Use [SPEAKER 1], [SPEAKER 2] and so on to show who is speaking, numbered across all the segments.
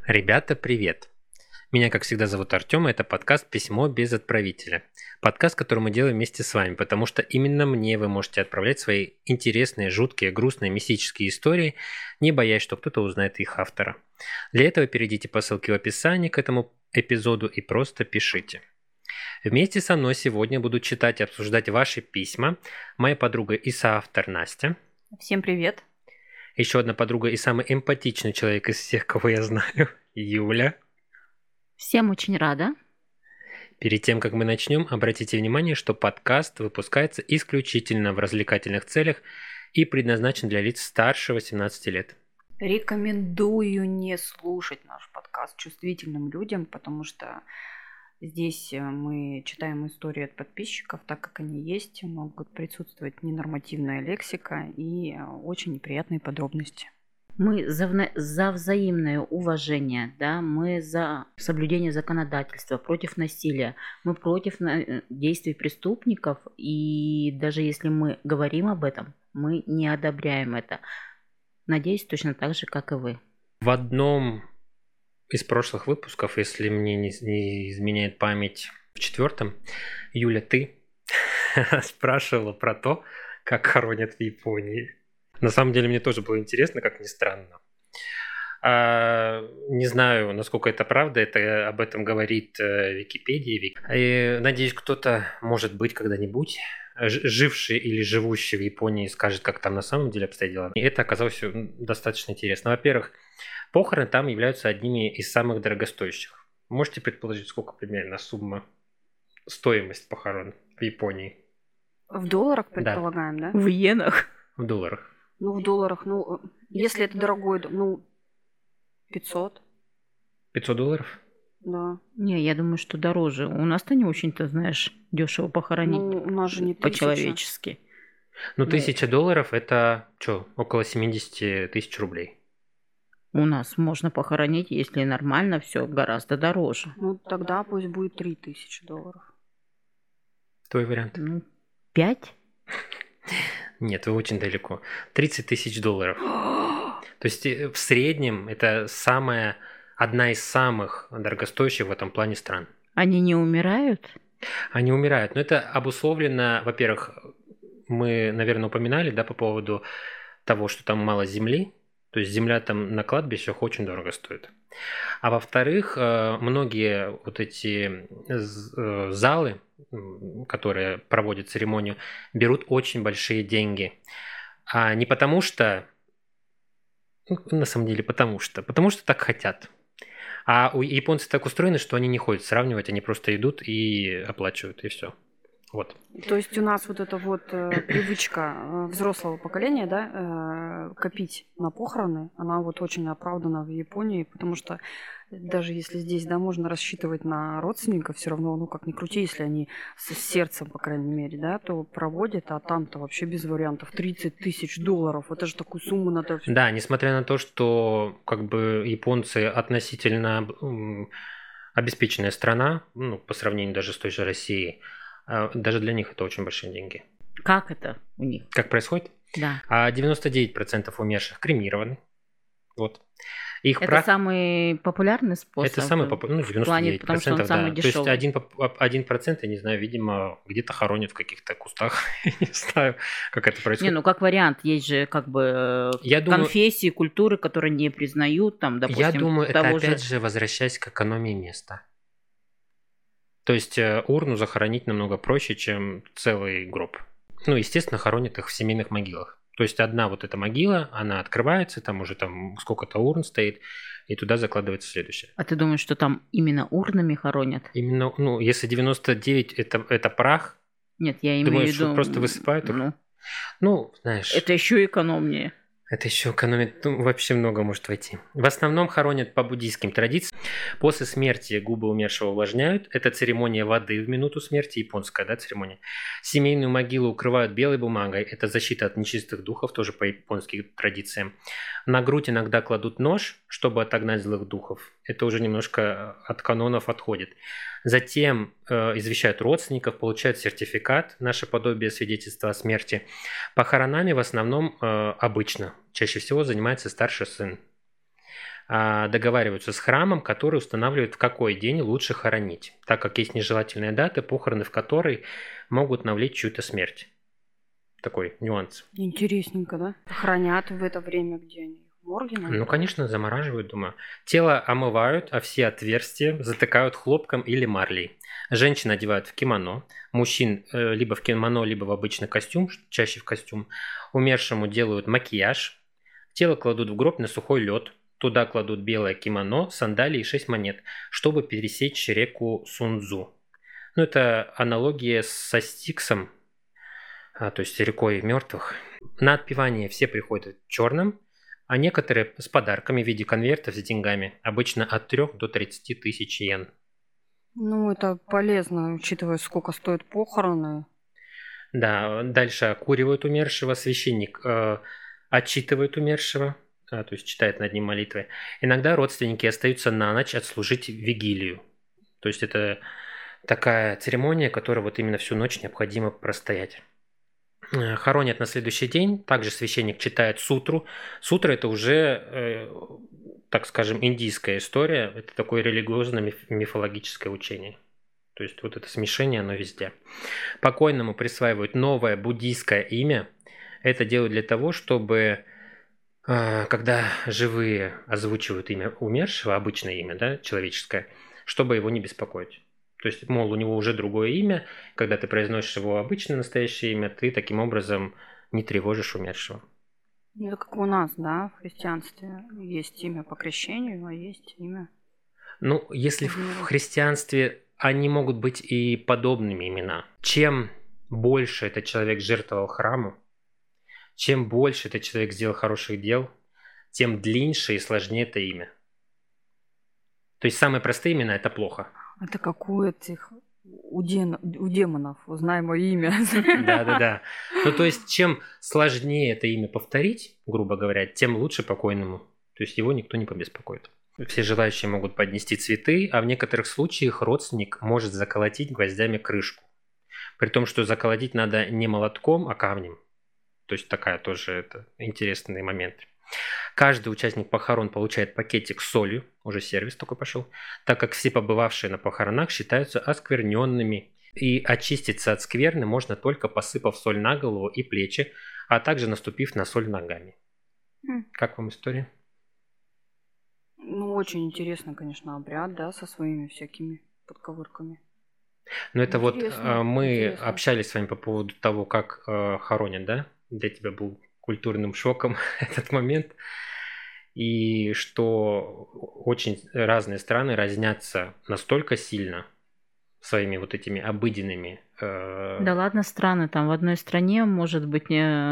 [SPEAKER 1] Ребята, привет! Меня, как всегда, зовут Артем, и это подкаст «Письмо без отправителя». Подкаст, который мы делаем вместе с вами, потому что именно мне вы можете отправлять свои интересные, жуткие, грустные, мистические истории, не боясь, что кто-то узнает их автора. Для этого перейдите по ссылке в описании к этому эпизоду и просто пишите. Вместе со мной сегодня будут читать и обсуждать ваши письма моя подруга и соавтор Настя.
[SPEAKER 2] Всем привет.
[SPEAKER 1] Еще одна подруга и самый эмпатичный человек из всех, кого я знаю, Юля.
[SPEAKER 3] Всем очень рада.
[SPEAKER 1] Перед тем, как мы начнем, обратите внимание, что подкаст выпускается исключительно в развлекательных целях и предназначен для лиц старше 18 лет.
[SPEAKER 2] Рекомендую не слушать наш подкаст чувствительным людям, потому что здесь мы читаем истории от подписчиков, так как они есть, могут присутствовать ненормативная лексика и очень неприятные подробности.
[SPEAKER 3] Мы за взаимное уважение, да, мы за соблюдение законодательства, против насилия, мы против действий преступников, и даже если мы говорим об этом, мы не одобряем это. Надеюсь, точно так же, как и вы.
[SPEAKER 1] В одном из прошлых выпусков, если мне не изменяет память, в 4-м, Юля, ты спрашивала про то, как хоронят в Японии. На самом деле мне тоже было интересно, как ни странно. Не знаю, насколько это правда, это об этом говорит Википедия. И, надеюсь, кто-то, может быть, когда-нибудь живший или живущий в Японии скажет, как там на самом деле обстоят дела. И это оказалось достаточно интересно. Во-первых, похороны там являются одними из самых дорогостоящих. Можете предположить, сколько примерно стоимость похорон в Японии?
[SPEAKER 2] В долларах, предполагаем, да?
[SPEAKER 3] В иенах?
[SPEAKER 1] В долларах.
[SPEAKER 2] В долларах, если это дорогой, 500.
[SPEAKER 1] 500 долларов?
[SPEAKER 2] Да.
[SPEAKER 3] Не, я думаю, что дороже. У нас-то не очень-то, знаешь, дешево похоронить.
[SPEAKER 2] У нас же не 1000.
[SPEAKER 3] По-человечески.
[SPEAKER 1] 1000 долларов это около 70 тысяч рублей.
[SPEAKER 3] У нас можно похоронить, если нормально, все гораздо дороже.
[SPEAKER 2] Тогда пусть будет 3000 долларов.
[SPEAKER 1] Твой вариант?
[SPEAKER 3] 5?
[SPEAKER 1] Нет, вы очень далеко. 30 тысяч долларов. То есть в среднем это одна из самых дорогостоящих в этом плане стран.
[SPEAKER 3] Они не умирают?
[SPEAKER 1] Они умирают. Но это обусловлено, во-первых, мы, наверное, упоминали, да, по поводу того, что там мало земли. То есть земля там на кладбищах очень дорого стоит. А во-вторых, многие вот эти залы, которые проводят церемонию, берут очень большие деньги. А не потому что, на самом деле потому что так хотят. А у японцев так устроено, что они не ходят сравнивать, они просто идут и оплачивают, и все. Вот.
[SPEAKER 2] То есть у нас вот эта вот привычка взрослого поколения, да, копить на похороны, она вот очень оправдана в Японии, потому что даже если здесь, да, можно рассчитывать на родственников, все равно, как ни крути, если они с сердцем, по крайней мере, да, то проводят, а там-то вообще без вариантов 30 тысяч долларов, это же такую сумму надо...
[SPEAKER 1] Да, несмотря на то, что японцы относительно обеспеченная страна, по сравнению даже с той же Россией, даже для них это очень большие деньги.
[SPEAKER 3] Как это у них?
[SPEAKER 1] Как происходит?
[SPEAKER 3] Да.
[SPEAKER 1] 99% умерших кремированы. Вот. Их
[SPEAKER 3] это самый популярный способ?
[SPEAKER 1] Это самый популярный, 99%,
[SPEAKER 3] потому что он самый дешевый.
[SPEAKER 1] То есть 1%, я не знаю, видимо, где-то хоронят в каких-то кустах. Не знаю, как это происходит.
[SPEAKER 3] Как вариант, есть же конфессии, культуры, которые не признают, там, допустим,
[SPEAKER 1] я думаю, это опять же возвращаясь к экономии места. То есть урну захоронить намного проще, чем целый гроб. Естественно, хоронят их в семейных могилах. То есть одна вот эта могила, она открывается, там уже сколько-то урн стоит, и туда закладывается следующее.
[SPEAKER 3] А ты думаешь, что там именно урнами хоронят?
[SPEAKER 1] Именно, если 99 это прах,
[SPEAKER 3] нет, я имею в виду...
[SPEAKER 1] Думаешь, просто высыпают их? Знаешь...
[SPEAKER 3] Это еще экономнее.
[SPEAKER 1] Это еще экономит, вообще много может войти. В основном хоронят по буддийским традициям. После смерти губы умершего увлажняют. Это церемония воды в минуту смерти, японская, да, церемония. Семейную могилу укрывают белой бумагой. Это защита от нечистых духов, тоже по японским традициям. На грудь иногда кладут нож, чтобы отогнать злых духов. Это уже немножко от канонов отходит. Затем извещают родственников, получают сертификат, наше подобие свидетельства о смерти. Похоронами в основном обычно, чаще всего занимается старший сын. договариваются с храмом, который устанавливает, в какой день лучше хоронить, так как есть нежелательные даты, похороны в которой могут навлечь чью-то смерть. Такой нюанс.
[SPEAKER 2] Интересненько, да? Хранят в это время, где они? В морге, наверное?
[SPEAKER 1] Ну, конечно, замораживают, думаю. Тело омывают, а все отверстия затыкают хлопком или марлей. Женщин одевают в кимоно, мужчин либо в кимоно, либо в обычный костюм, чаще в костюм. Умершему делают макияж. Тело кладут в гроб на сухой лед. Туда кладут белое кимоно, сандалии и 6 монет, чтобы пересечь реку Сунцзу. Ну, это аналогия со Стиксом, то есть рекой мертвых. На отпевание все приходят в черном, а некоторые с подарками в виде конвертов с деньгами, обычно от 3 до 30 тысяч йен.
[SPEAKER 2] Ну, это полезно, учитывая, сколько стоят похороны.
[SPEAKER 1] Да, дальше окуривают умершего, священник отчитывает умершего, то есть читает над ним молитвы. Иногда родственники остаются на ночь отслужить вигилию. То есть это такая церемония, которую вот именно всю ночь необходимо простоять. Хоронят на следующий день. Также священник читает сутру. Сутра – это уже, так скажем, индийская история. Это такое религиозно-мифологическое учение. То есть вот это смешение, оно везде. Покойному присваивают новое буддийское имя. Это делают для того, чтобы, когда живые озвучивают имя умершего, обычное имя, да, человеческое, чтобы его не беспокоить. То есть, мол, у него уже другое имя, когда ты произносишь его обычное настоящее имя, ты таким образом не тревожишь умершего.
[SPEAKER 2] Это как у нас, да, в христианстве. Есть имя по крещению, а есть имя.
[SPEAKER 1] Ну, если в христианстве они могут быть и подобными имена. Чем больше этот человек жертвовал храму, чем больше этот человек сделал хороших дел, тем длиннее и сложнее это имя. То есть самые простые имена – это плохо.
[SPEAKER 2] Это как у этих, у демонов, узнай мое имя.
[SPEAKER 1] Да. Ну, то есть, чем сложнее это имя повторить, грубо говоря, тем лучше покойному. То есть, его никто не побеспокоит. Все желающие могут поднести цветы, а в некоторых случаях родственник может заколотить гвоздями крышку. При том, что заколотить надо не молотком, а камнем. То есть, такая тоже это интересный момент. Каждый участник похорон получает пакетик с солью, уже сервис такой пошел, так как все побывавшие на похоронах считаются оскверненными. И очиститься от скверны можно только посыпав соль на голову и плечи, а также наступив на соль ногами. Как вам история?
[SPEAKER 2] Ну, очень интересно, конечно, обряд, да, со своими всякими подковырками.
[SPEAKER 1] Ну, это
[SPEAKER 2] интересно,
[SPEAKER 1] вот мы
[SPEAKER 2] интересно.
[SPEAKER 1] общались с вами по поводу того, как хоронят, да? Для тебя был культурным шоком этот момент. И что очень разные страны разнятся настолько сильно своими вот этими обыденными...
[SPEAKER 3] Да ладно, страны. Там в одной стране может быть...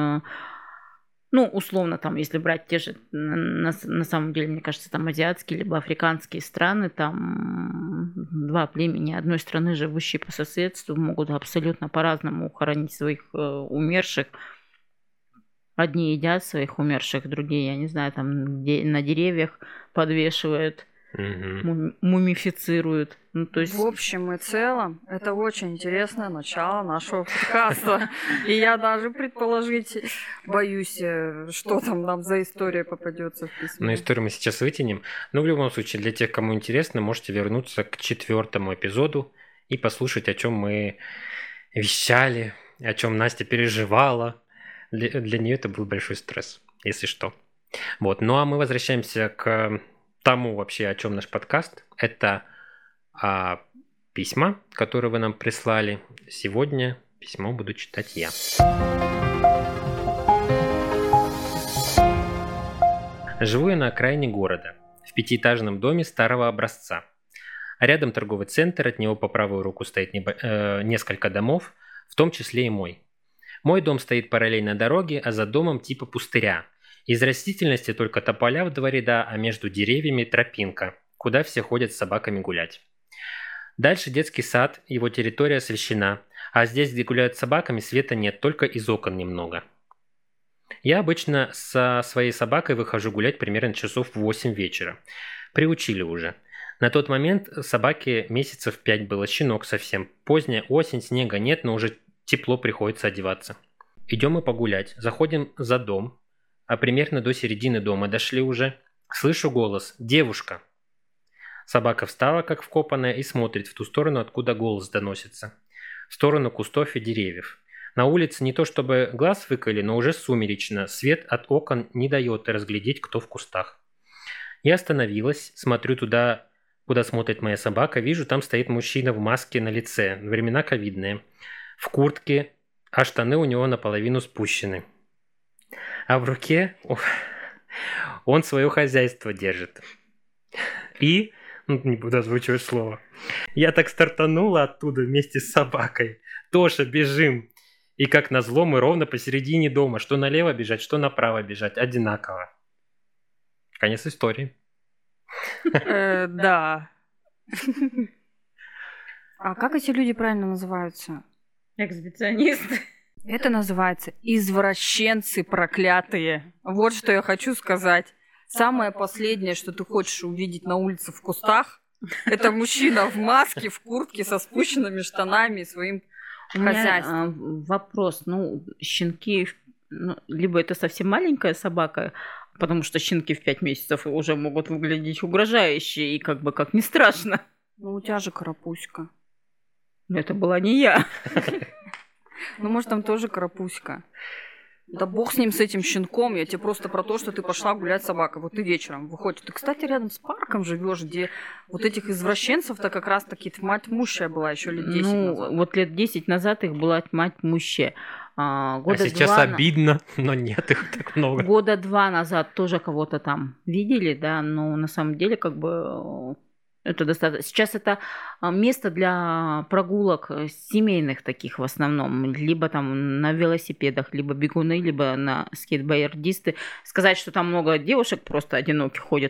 [SPEAKER 3] Ну, условно, там, если брать те же, на самом деле, мне кажется, там азиатские либо африканские страны, там два племени одной страны, живущие по соседству, могут абсолютно по-разному хоронить своих умерших. Одни едят своих умерших, другие, я не знаю, там на деревьях подвешивают, мумифицируют. Ну, то есть...
[SPEAKER 2] В общем и целом, это очень интересное начало нашего подкаста. И я даже предположить боюсь, что там нам за история попадется в письме.
[SPEAKER 1] Но историю мы сейчас вытянем. Но в любом случае, для тех, кому интересно, можете вернуться к 4-му эпизоду и послушать, о чем мы вещали, о чем Настя переживала. Для нее это был большой стресс, если что. Вот. Ну а мы возвращаемся к тому вообще, о чем наш подкаст. Это письма, которые вы нам прислали. Сегодня письмо буду читать я. Живу я на окраине города, в 5-этажном доме старого образца. Рядом торговый центр, от него по правую руку стоит несколько домов, в том числе и мой. Мой дом стоит параллельно дороге, а за домом типа пустыря. Из растительности только тополя в 2 ряда, а между деревьями тропинка, куда все ходят с собаками гулять. Дальше детский сад, его территория освещена, а здесь, где гуляют с собаками, света нет, только из окон немного. Я обычно со своей собакой выхожу гулять примерно часов в 8 вечера. Приучили уже. На тот момент собаке месяцев 5 было, щенок совсем. Поздняя осень, снега нет, но уже тепло, приходится одеваться. Идем мы погулять, заходим за дом, а примерно до середины дома дошли уже. Слышу голос «Девушка». Собака встала, как вкопанная, и смотрит в ту сторону, откуда голос доносится. В сторону кустов и деревьев. На улице не то чтобы глаз выколи, но уже сумеречно. Свет от окон не дает разглядеть, кто в кустах. Я остановилась, смотрю туда, куда смотрит моя собака. Вижу, там стоит мужчина в маске на лице. Времена ковидные. В куртке, а штаны у него наполовину спущены. А в руке он свое хозяйство держит. И, не буду озвучивать слово, я так стартанула оттуда вместе с собакой. Тоша, бежим. И как назло мы ровно посередине дома. Что налево бежать, что направо бежать. Одинаково. Конец истории.
[SPEAKER 2] Да. А как эти люди правильно называются?
[SPEAKER 3] Эксбиционисты.
[SPEAKER 2] Это называется извращенцы проклятые. Вот что я хочу сказать. Самое последнее, что ты хочешь увидеть на улице в кустах, это мужчина в маске, в куртке, со спущенными штанами и своим хозяйством.
[SPEAKER 3] У меня вопрос. Щенки, либо это совсем маленькая собака, потому что щенки в 5 месяцев уже могут выглядеть угрожающе и как не страшно.
[SPEAKER 2] У тебя же карапуська.
[SPEAKER 3] Но это была не я.
[SPEAKER 2] Может, там тоже карапуська. Да бог с ним, с этим щенком. Я тебе просто про то, что ты пошла гулять с собакой. Вот ты вечером выходишь. Ты, кстати, рядом с парком живешь, где вот этих извращенцев-то как раз-таки тьма тьмущая была еще лет 10 назад.
[SPEAKER 3] Вот лет 10 назад их была тьма тьмущая.
[SPEAKER 1] А сейчас обидно, но нет их так много.
[SPEAKER 3] Года 2 назад тоже кого-то там видели, да, но на самом деле это достаточно. Сейчас это место для прогулок семейных таких в основном. Либо там на велосипедах, либо бегуны, либо на скейтбордисты. Сказать, что там много девушек просто одиноких ходят,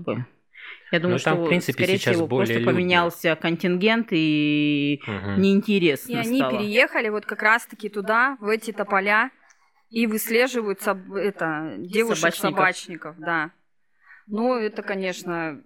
[SPEAKER 3] я думаю,
[SPEAKER 1] там,
[SPEAKER 3] что,
[SPEAKER 1] в принципе,
[SPEAKER 3] скорее
[SPEAKER 1] сейчас
[SPEAKER 3] всего, просто
[SPEAKER 1] людно.
[SPEAKER 3] Поменялся контингент и неинтересно
[SPEAKER 2] И они
[SPEAKER 3] стало.
[SPEAKER 2] переехали вот как раз-таки туда, в эти тополя, и выслеживают девушек-собачников, да. Это, конечно,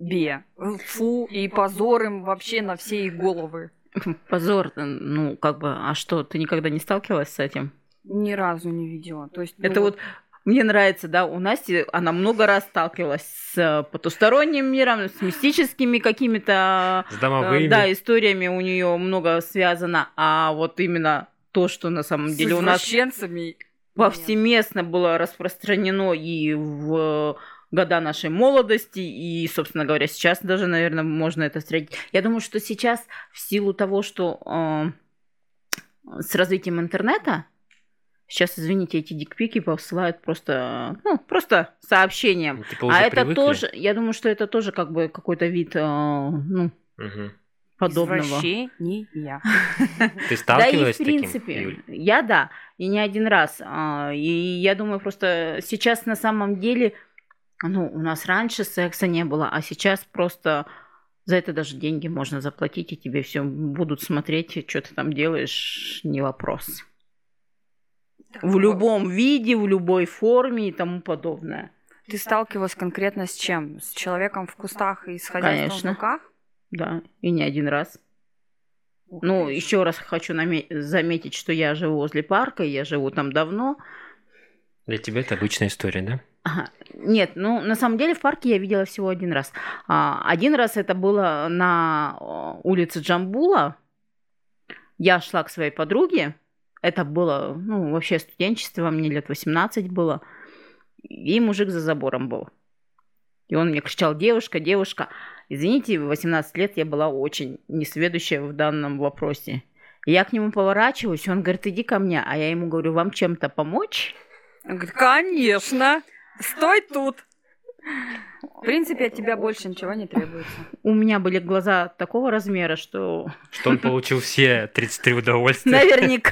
[SPEAKER 2] фу, и позор им вообще на все их головы.
[SPEAKER 3] Позор, а что, ты никогда не сталкивалась с этим?
[SPEAKER 2] Ни разу не видела. То есть,
[SPEAKER 3] это мне нравится, да, у Насти она много раз сталкивалась с потусторонним миром, с мистическими какими-то
[SPEAKER 1] с домовыми.
[SPEAKER 3] Да, историями у нее много связано, а вот именно то, что на самом деле у нас повсеместно было распространено и в года нашей молодости, и, собственно говоря, сейчас даже, наверное, можно это встретить. Я думаю, что сейчас в силу того, что с развитием интернета, сейчас, извините, эти дикпики посылают просто сообщением. А это
[SPEAKER 1] привыкли?
[SPEAKER 3] тоже, я думаю, что это тоже какой-то вид, подобного.
[SPEAKER 2] Извращения.
[SPEAKER 1] Ты сталкивалась
[SPEAKER 3] да, и в принципе,
[SPEAKER 1] с таким, Юль?
[SPEAKER 3] Я и не один раз. И я думаю, просто сейчас на самом деле, у нас раньше секса не было, а сейчас просто за это даже деньги можно заплатить, и тебе все будут смотреть, что ты там делаешь, не вопрос. В любом виде, в любой форме и тому подобное.
[SPEAKER 2] Ты сталкивалась конкретно с чем? С человеком в кустах и с хозяйством в руках?
[SPEAKER 3] Да, и не один раз. Еще раз хочу заметить, что я живу возле парка, я живу там давно.
[SPEAKER 1] Для тебя это обычная история, да?
[SPEAKER 3] Нет, на самом деле в парке я видела всего один раз. Один раз это было на улице Джамбула. Я шла к своей подруге. Это было, вообще студенчество, мне лет 18 было. И мужик за забором был. И он мне кричал: девушка, девушка. Извините, в 18 лет я была очень несведущая в данном вопросе. И я к нему поворачиваюсь, и он говорит: иди ко мне. А я ему говорю: вам чем-то помочь?
[SPEAKER 2] Он говорит: конечно. Стой тут. В принципе, от тебя больше ничего не требуется.
[SPEAKER 3] У меня были глаза такого размера, что...
[SPEAKER 1] Что он получил все 33 удовольствия.
[SPEAKER 3] Наверняка.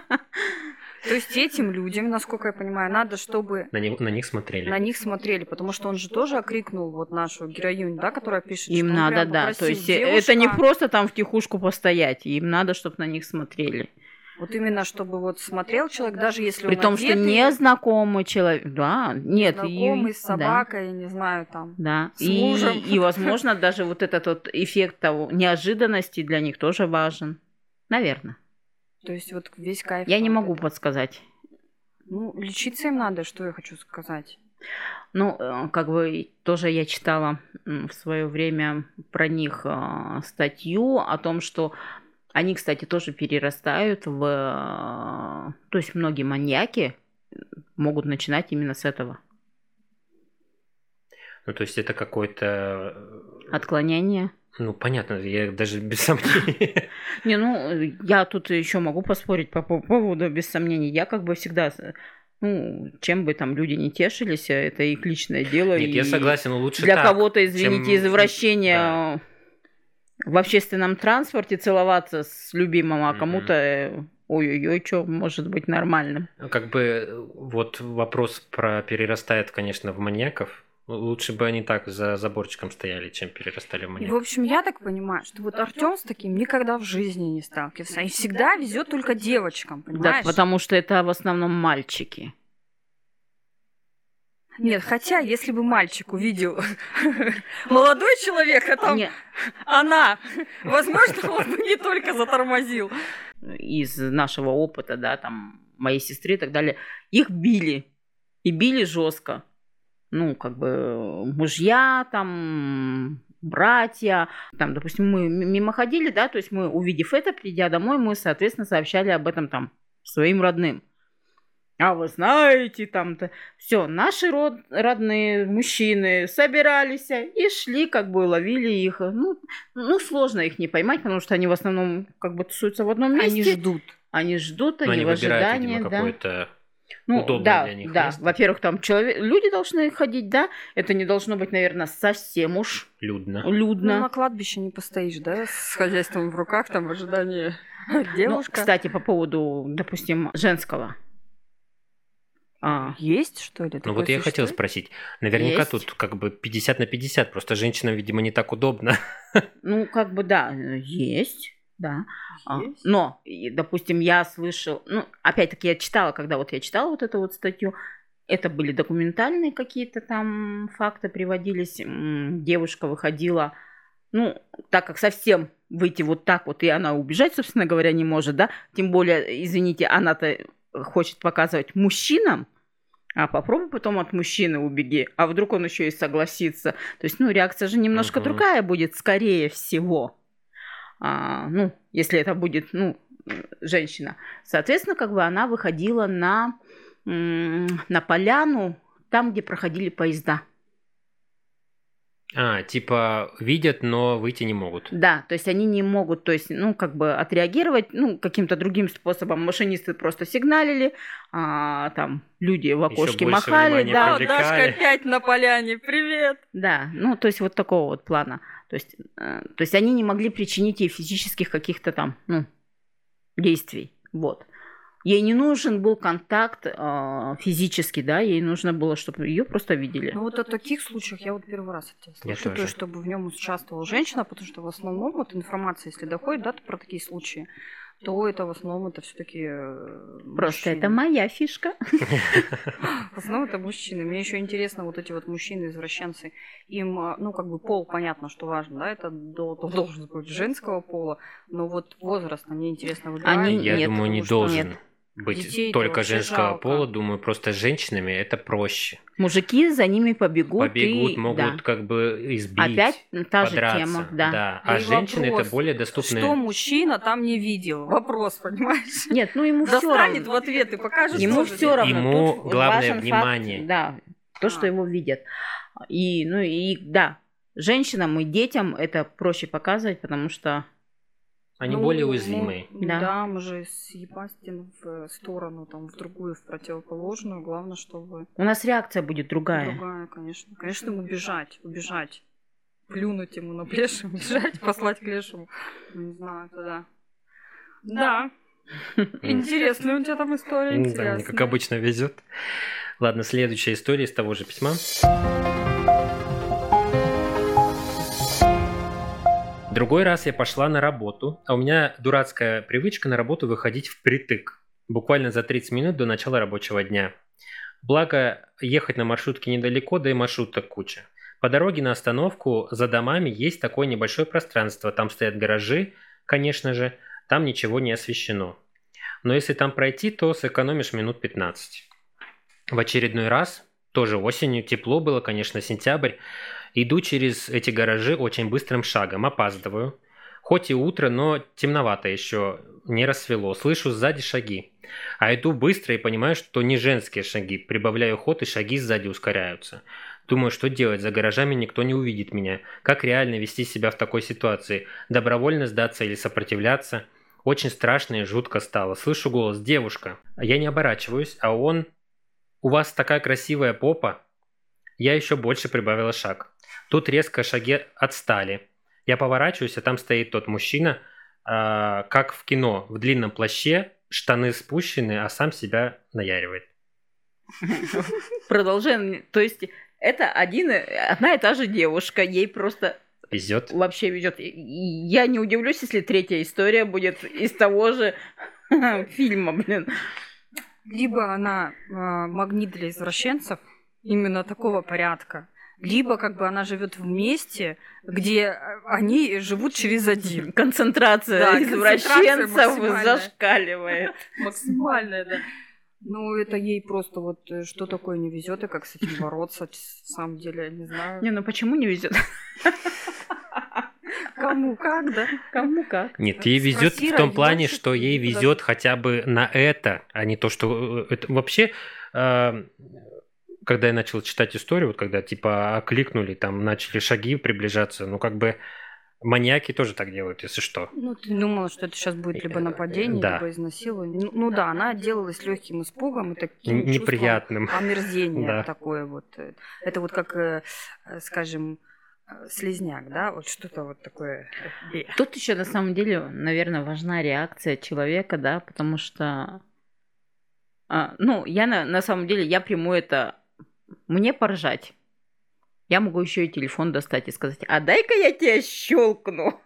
[SPEAKER 2] То есть этим людям, насколько я понимаю, надо, чтобы...
[SPEAKER 1] На них смотрели.
[SPEAKER 2] На них смотрели, потому что он же тоже окрикнул вот нашу героиню, да, которая пишет,
[SPEAKER 3] им
[SPEAKER 2] что
[SPEAKER 3] надо, да. То есть это не просто там втихушку постоять, им надо, чтобы на них смотрели.
[SPEAKER 2] Вот именно, чтобы вот смотрел человек, даже если
[SPEAKER 3] при
[SPEAKER 2] он
[SPEAKER 3] том,
[SPEAKER 2] одетый,
[SPEAKER 3] что незнакомый человек, да, нет.
[SPEAKER 2] Незнакомый с собакой, не знаю, там,
[SPEAKER 3] да.
[SPEAKER 2] с мужем.
[SPEAKER 3] И, возможно, даже вот этот вот эффект того неожиданности для них тоже важен. Наверное.
[SPEAKER 2] То есть вот весь кайф.
[SPEAKER 3] Я не могу подсказать.
[SPEAKER 2] Лечиться им надо, что я хочу сказать.
[SPEAKER 3] Ну, как бы тоже я читала в свое время про них статью о том, что они, кстати, тоже перерастают в... То есть многие маньяки могут начинать именно с этого.
[SPEAKER 1] Ну, то есть это какое-то...
[SPEAKER 3] Отклонение.
[SPEAKER 1] Ну, понятно, я даже без сомнений.
[SPEAKER 3] Не, ну, я тут еще могу поспорить по поводу, без сомнений. Я как бы всегда... Ну, чем бы там люди не тешились, это их личное дело.
[SPEAKER 1] Нет, я согласен, но лучше
[SPEAKER 3] для
[SPEAKER 1] так,
[SPEAKER 3] кого-то, извините,
[SPEAKER 1] чем...
[SPEAKER 3] извращение в общественном транспорте целоваться с любимым, а кому-то ой-ой-ой, что может быть нормальным.
[SPEAKER 1] Как бы вот вопрос про перерастает, конечно, в маньяков. Лучше бы они так за заборчиком стояли, чем перерастали в
[SPEAKER 2] И,
[SPEAKER 1] маньяков.
[SPEAKER 2] в общем, я так понимаю, что вот Артём с таким никогда в жизни не сталкивался. И всегда везет только девочкам,
[SPEAKER 3] Да,
[SPEAKER 2] понимаешь?
[SPEAKER 3] потому что это в основном мальчики.
[SPEAKER 2] Нет, хотя, если бы мальчик увидел молодой человек, а там
[SPEAKER 3] Не,
[SPEAKER 2] она, возможно, он бы не только затормозил.
[SPEAKER 3] из нашего опыта, да, там, моей сестры и так далее, их били. И били жестко. Ну, как бы мужья, там, братья. Там, допустим, мы мимо ходили, да, то есть мы, увидев это, придя домой, мы, соответственно, сообщали об этом там своим родным. А вы знаете, там-то... Все, наши родные мужчины собирались и шли, как бы ловили их. Ну, сложно их не поймать, потому что они в основном как бы тусуются в одном месте.
[SPEAKER 2] Они ждут.
[SPEAKER 3] Они ждут,
[SPEAKER 1] Но
[SPEAKER 3] они в
[SPEAKER 1] выбирают,
[SPEAKER 3] ожидании,
[SPEAKER 1] видимо,
[SPEAKER 3] да.
[SPEAKER 1] какое-то
[SPEAKER 3] Ну,
[SPEAKER 1] удобное
[SPEAKER 3] да,
[SPEAKER 1] для них
[SPEAKER 3] да.
[SPEAKER 1] место.
[SPEAKER 3] Во-первых, там люди должны ходить, да. Это не должно быть, наверное, совсем уж
[SPEAKER 1] Людно.
[SPEAKER 2] Ну,
[SPEAKER 3] людно.
[SPEAKER 2] на кладбище не постоишь, да, с хозяйством в руках, там, в ожидании
[SPEAKER 3] Ну,
[SPEAKER 2] девушка.
[SPEAKER 3] кстати, по поводу, допустим, женского.
[SPEAKER 2] Есть, что ли?
[SPEAKER 1] Ну
[SPEAKER 2] такое
[SPEAKER 1] вот я хотел
[SPEAKER 2] существует?
[SPEAKER 1] спросить. Наверняка
[SPEAKER 3] Есть.
[SPEAKER 1] тут как бы 50 на 50, просто женщинам, видимо, не так удобно.
[SPEAKER 3] Ну, как бы, да, есть, да.
[SPEAKER 2] Есть.
[SPEAKER 3] Но, допустим, я слышал, ну, опять-таки я читала, когда вот я читала вот эту вот статью, это были документальные какие-то там факты приводились. Девушка выходила, ну, так как совсем выйти вот так вот, и она убежать, собственно говоря, не может, да, тем более, извините, она-то хочет показывать мужчинам, а попробуй потом от мужчины убеги, а вдруг он еще и согласится. То есть, ну, реакция же немножко другая будет, скорее всего. Ну, если это будет, ну, женщина. Соответственно, как бы она выходила на поляну, там, где проходили поезда.
[SPEAKER 1] Типа видят, но выйти не могут.
[SPEAKER 3] Да, то есть они не могут, то есть, ну, как бы отреагировать, ну, каким-то другим способом. Машинисты просто сигналили, там люди в окошке
[SPEAKER 1] больше
[SPEAKER 3] махали,
[SPEAKER 1] внимания
[SPEAKER 3] да.
[SPEAKER 1] привлекали.
[SPEAKER 2] Дашка опять на поляне, привет!
[SPEAKER 3] Да, ну, то есть вот такого вот плана. То есть они не могли причинить ей физических каких-то там, ну, действий, вот. Ей не нужен был контакт физический, да, ей нужно было, чтобы ее просто видели.
[SPEAKER 2] Ну вот о таких случаях я вот первый раз от тебя
[SPEAKER 1] Я
[SPEAKER 2] слышу, то
[SPEAKER 1] тоже.
[SPEAKER 2] есть, чтобы в нем участвовала женщина, потому что в основном вот информация, если доходит, да, про такие случаи, то это в основном это все-таки
[SPEAKER 3] Просто это моя фишка.
[SPEAKER 2] В основном это мужчины. Мне еще интересно, вот эти вот мужчины-извращенцы, им, ну, как бы пол, понятно, что важно, да, это должен быть женского пола, но вот возраст, мне интересно выбирать.
[SPEAKER 1] Я
[SPEAKER 3] Нет,
[SPEAKER 1] думаю, не
[SPEAKER 2] потому что
[SPEAKER 1] должен
[SPEAKER 3] нет.
[SPEAKER 1] быть
[SPEAKER 2] Детей-то
[SPEAKER 1] только
[SPEAKER 2] вообще
[SPEAKER 1] женского
[SPEAKER 2] жалко.
[SPEAKER 1] пола. Думаю, просто с женщинами это проще.
[SPEAKER 3] Мужики за ними побегут. и,
[SPEAKER 1] Могут
[SPEAKER 3] да.
[SPEAKER 1] как бы избить,
[SPEAKER 3] Опять та же
[SPEAKER 1] подраться.
[SPEAKER 3] тема, да.
[SPEAKER 1] А
[SPEAKER 2] И
[SPEAKER 1] женщины
[SPEAKER 2] вопрос,
[SPEAKER 1] это более доступные.
[SPEAKER 2] Что мужчина там не видел? Вопрос, понимаешь?
[SPEAKER 3] Нет, ну ему все
[SPEAKER 2] Достанет
[SPEAKER 3] равно.
[SPEAKER 2] в ответ и покажет,
[SPEAKER 3] Ему
[SPEAKER 2] что же
[SPEAKER 3] все равно.
[SPEAKER 1] Ему
[SPEAKER 3] Тут
[SPEAKER 1] главное
[SPEAKER 3] важен
[SPEAKER 1] внимание.
[SPEAKER 3] Факт, да, то, что его видят. И, ну и да, женщинам и детям это проще показывать, потому что
[SPEAKER 1] Они
[SPEAKER 2] Ну,
[SPEAKER 1] более уязвимые.
[SPEAKER 3] Да.
[SPEAKER 2] Да, мы же съебастим в сторону, там, в другую, в противоположную. Главное, чтобы
[SPEAKER 3] у нас реакция будет другая.
[SPEAKER 2] другая, конечно. Конечно, убежать. Плюнуть ему на плешь, убежать, послать к лешему. Не знаю, это да. Да. Интересная у тебя там история,
[SPEAKER 1] Да, мне
[SPEAKER 2] интересная.
[SPEAKER 1] как обычно везет. Ладно, следующая история из того же письма. Другой раз я пошла на работу, а у меня дурацкая привычка на работу выходить впритык, буквально за 30 минут до начала рабочего дня. Благо, ехать на маршрутке недалеко, да и маршруток куча. По дороге на остановку за домами есть такое небольшое пространство, там стоят гаражи, конечно же, там ничего не освещено. Но если там пройти, то сэкономишь минут 15. В очередной раз тоже осенью, тепло было, конечно, сентябрь. Иду через эти гаражи очень быстрым шагом, опаздываю. Хоть и утро, но темновато еще, не рассвело. Слышу сзади шаги. А иду быстро и понимаю, что не женские шаги. Прибавляю ход, и шаги сзади ускоряются. Думаю, что делать, за гаражами никто не увидит меня. Как реально вести себя в такой ситуации? Добровольно сдаться или сопротивляться? Очень страшно и жутко стало. Слышу голос: «Девушка». Я не оборачиваюсь, а он: «У вас такая красивая попа». Я еще больше прибавила шаг. Тут резко шаги отстали. Я поворачиваюсь, а там стоит тот мужчина, как в кино, в длинном плаще, штаны спущены, а сам себя наяривает.
[SPEAKER 3] Продолжаем. То есть это одна и та же девушка, ей просто
[SPEAKER 1] везет.
[SPEAKER 3] Вообще везет. Я не удивлюсь, если третья история будет из того же фильма, блин.
[SPEAKER 2] Либо она магнит для извращенцев, именно такого порядка, либо как бы она живет в месте, где они живут через один.
[SPEAKER 3] Концентрация извращенцев зашкаливает.
[SPEAKER 2] Максимальная, да. Ну, это ей просто вот что такое не везет, и как с этим бороться, на самом деле, я не знаю.
[SPEAKER 3] Не, ну почему не везет?
[SPEAKER 2] Кому как, да?
[SPEAKER 3] Кому как.
[SPEAKER 1] Нет, ей везет в том плане, что ей везет хотя бы на это, а не то, что это вообще. Когда я начал читать историю, вот когда типа окликнули, там начали шаги приближаться, ну как бы маньяки тоже так делают, если что.
[SPEAKER 2] Ну, ты думала, что это сейчас будет либо нападение,
[SPEAKER 1] да.
[SPEAKER 2] либо изнасилование. Ну да, она отделалась легким испугом и таким
[SPEAKER 1] неприятным
[SPEAKER 2] чувством омерзения
[SPEAKER 1] да.
[SPEAKER 2] такое вот. Это вот как, скажем, слизняк, да, вот что-то вот такое.
[SPEAKER 3] Тут еще на самом деле, наверное, важна реакция человека, да, потому что, ну, я на самом деле, я приму это, мне поржать. Я могу еще и телефон достать и сказать: а дай-ка я тебя щелкну.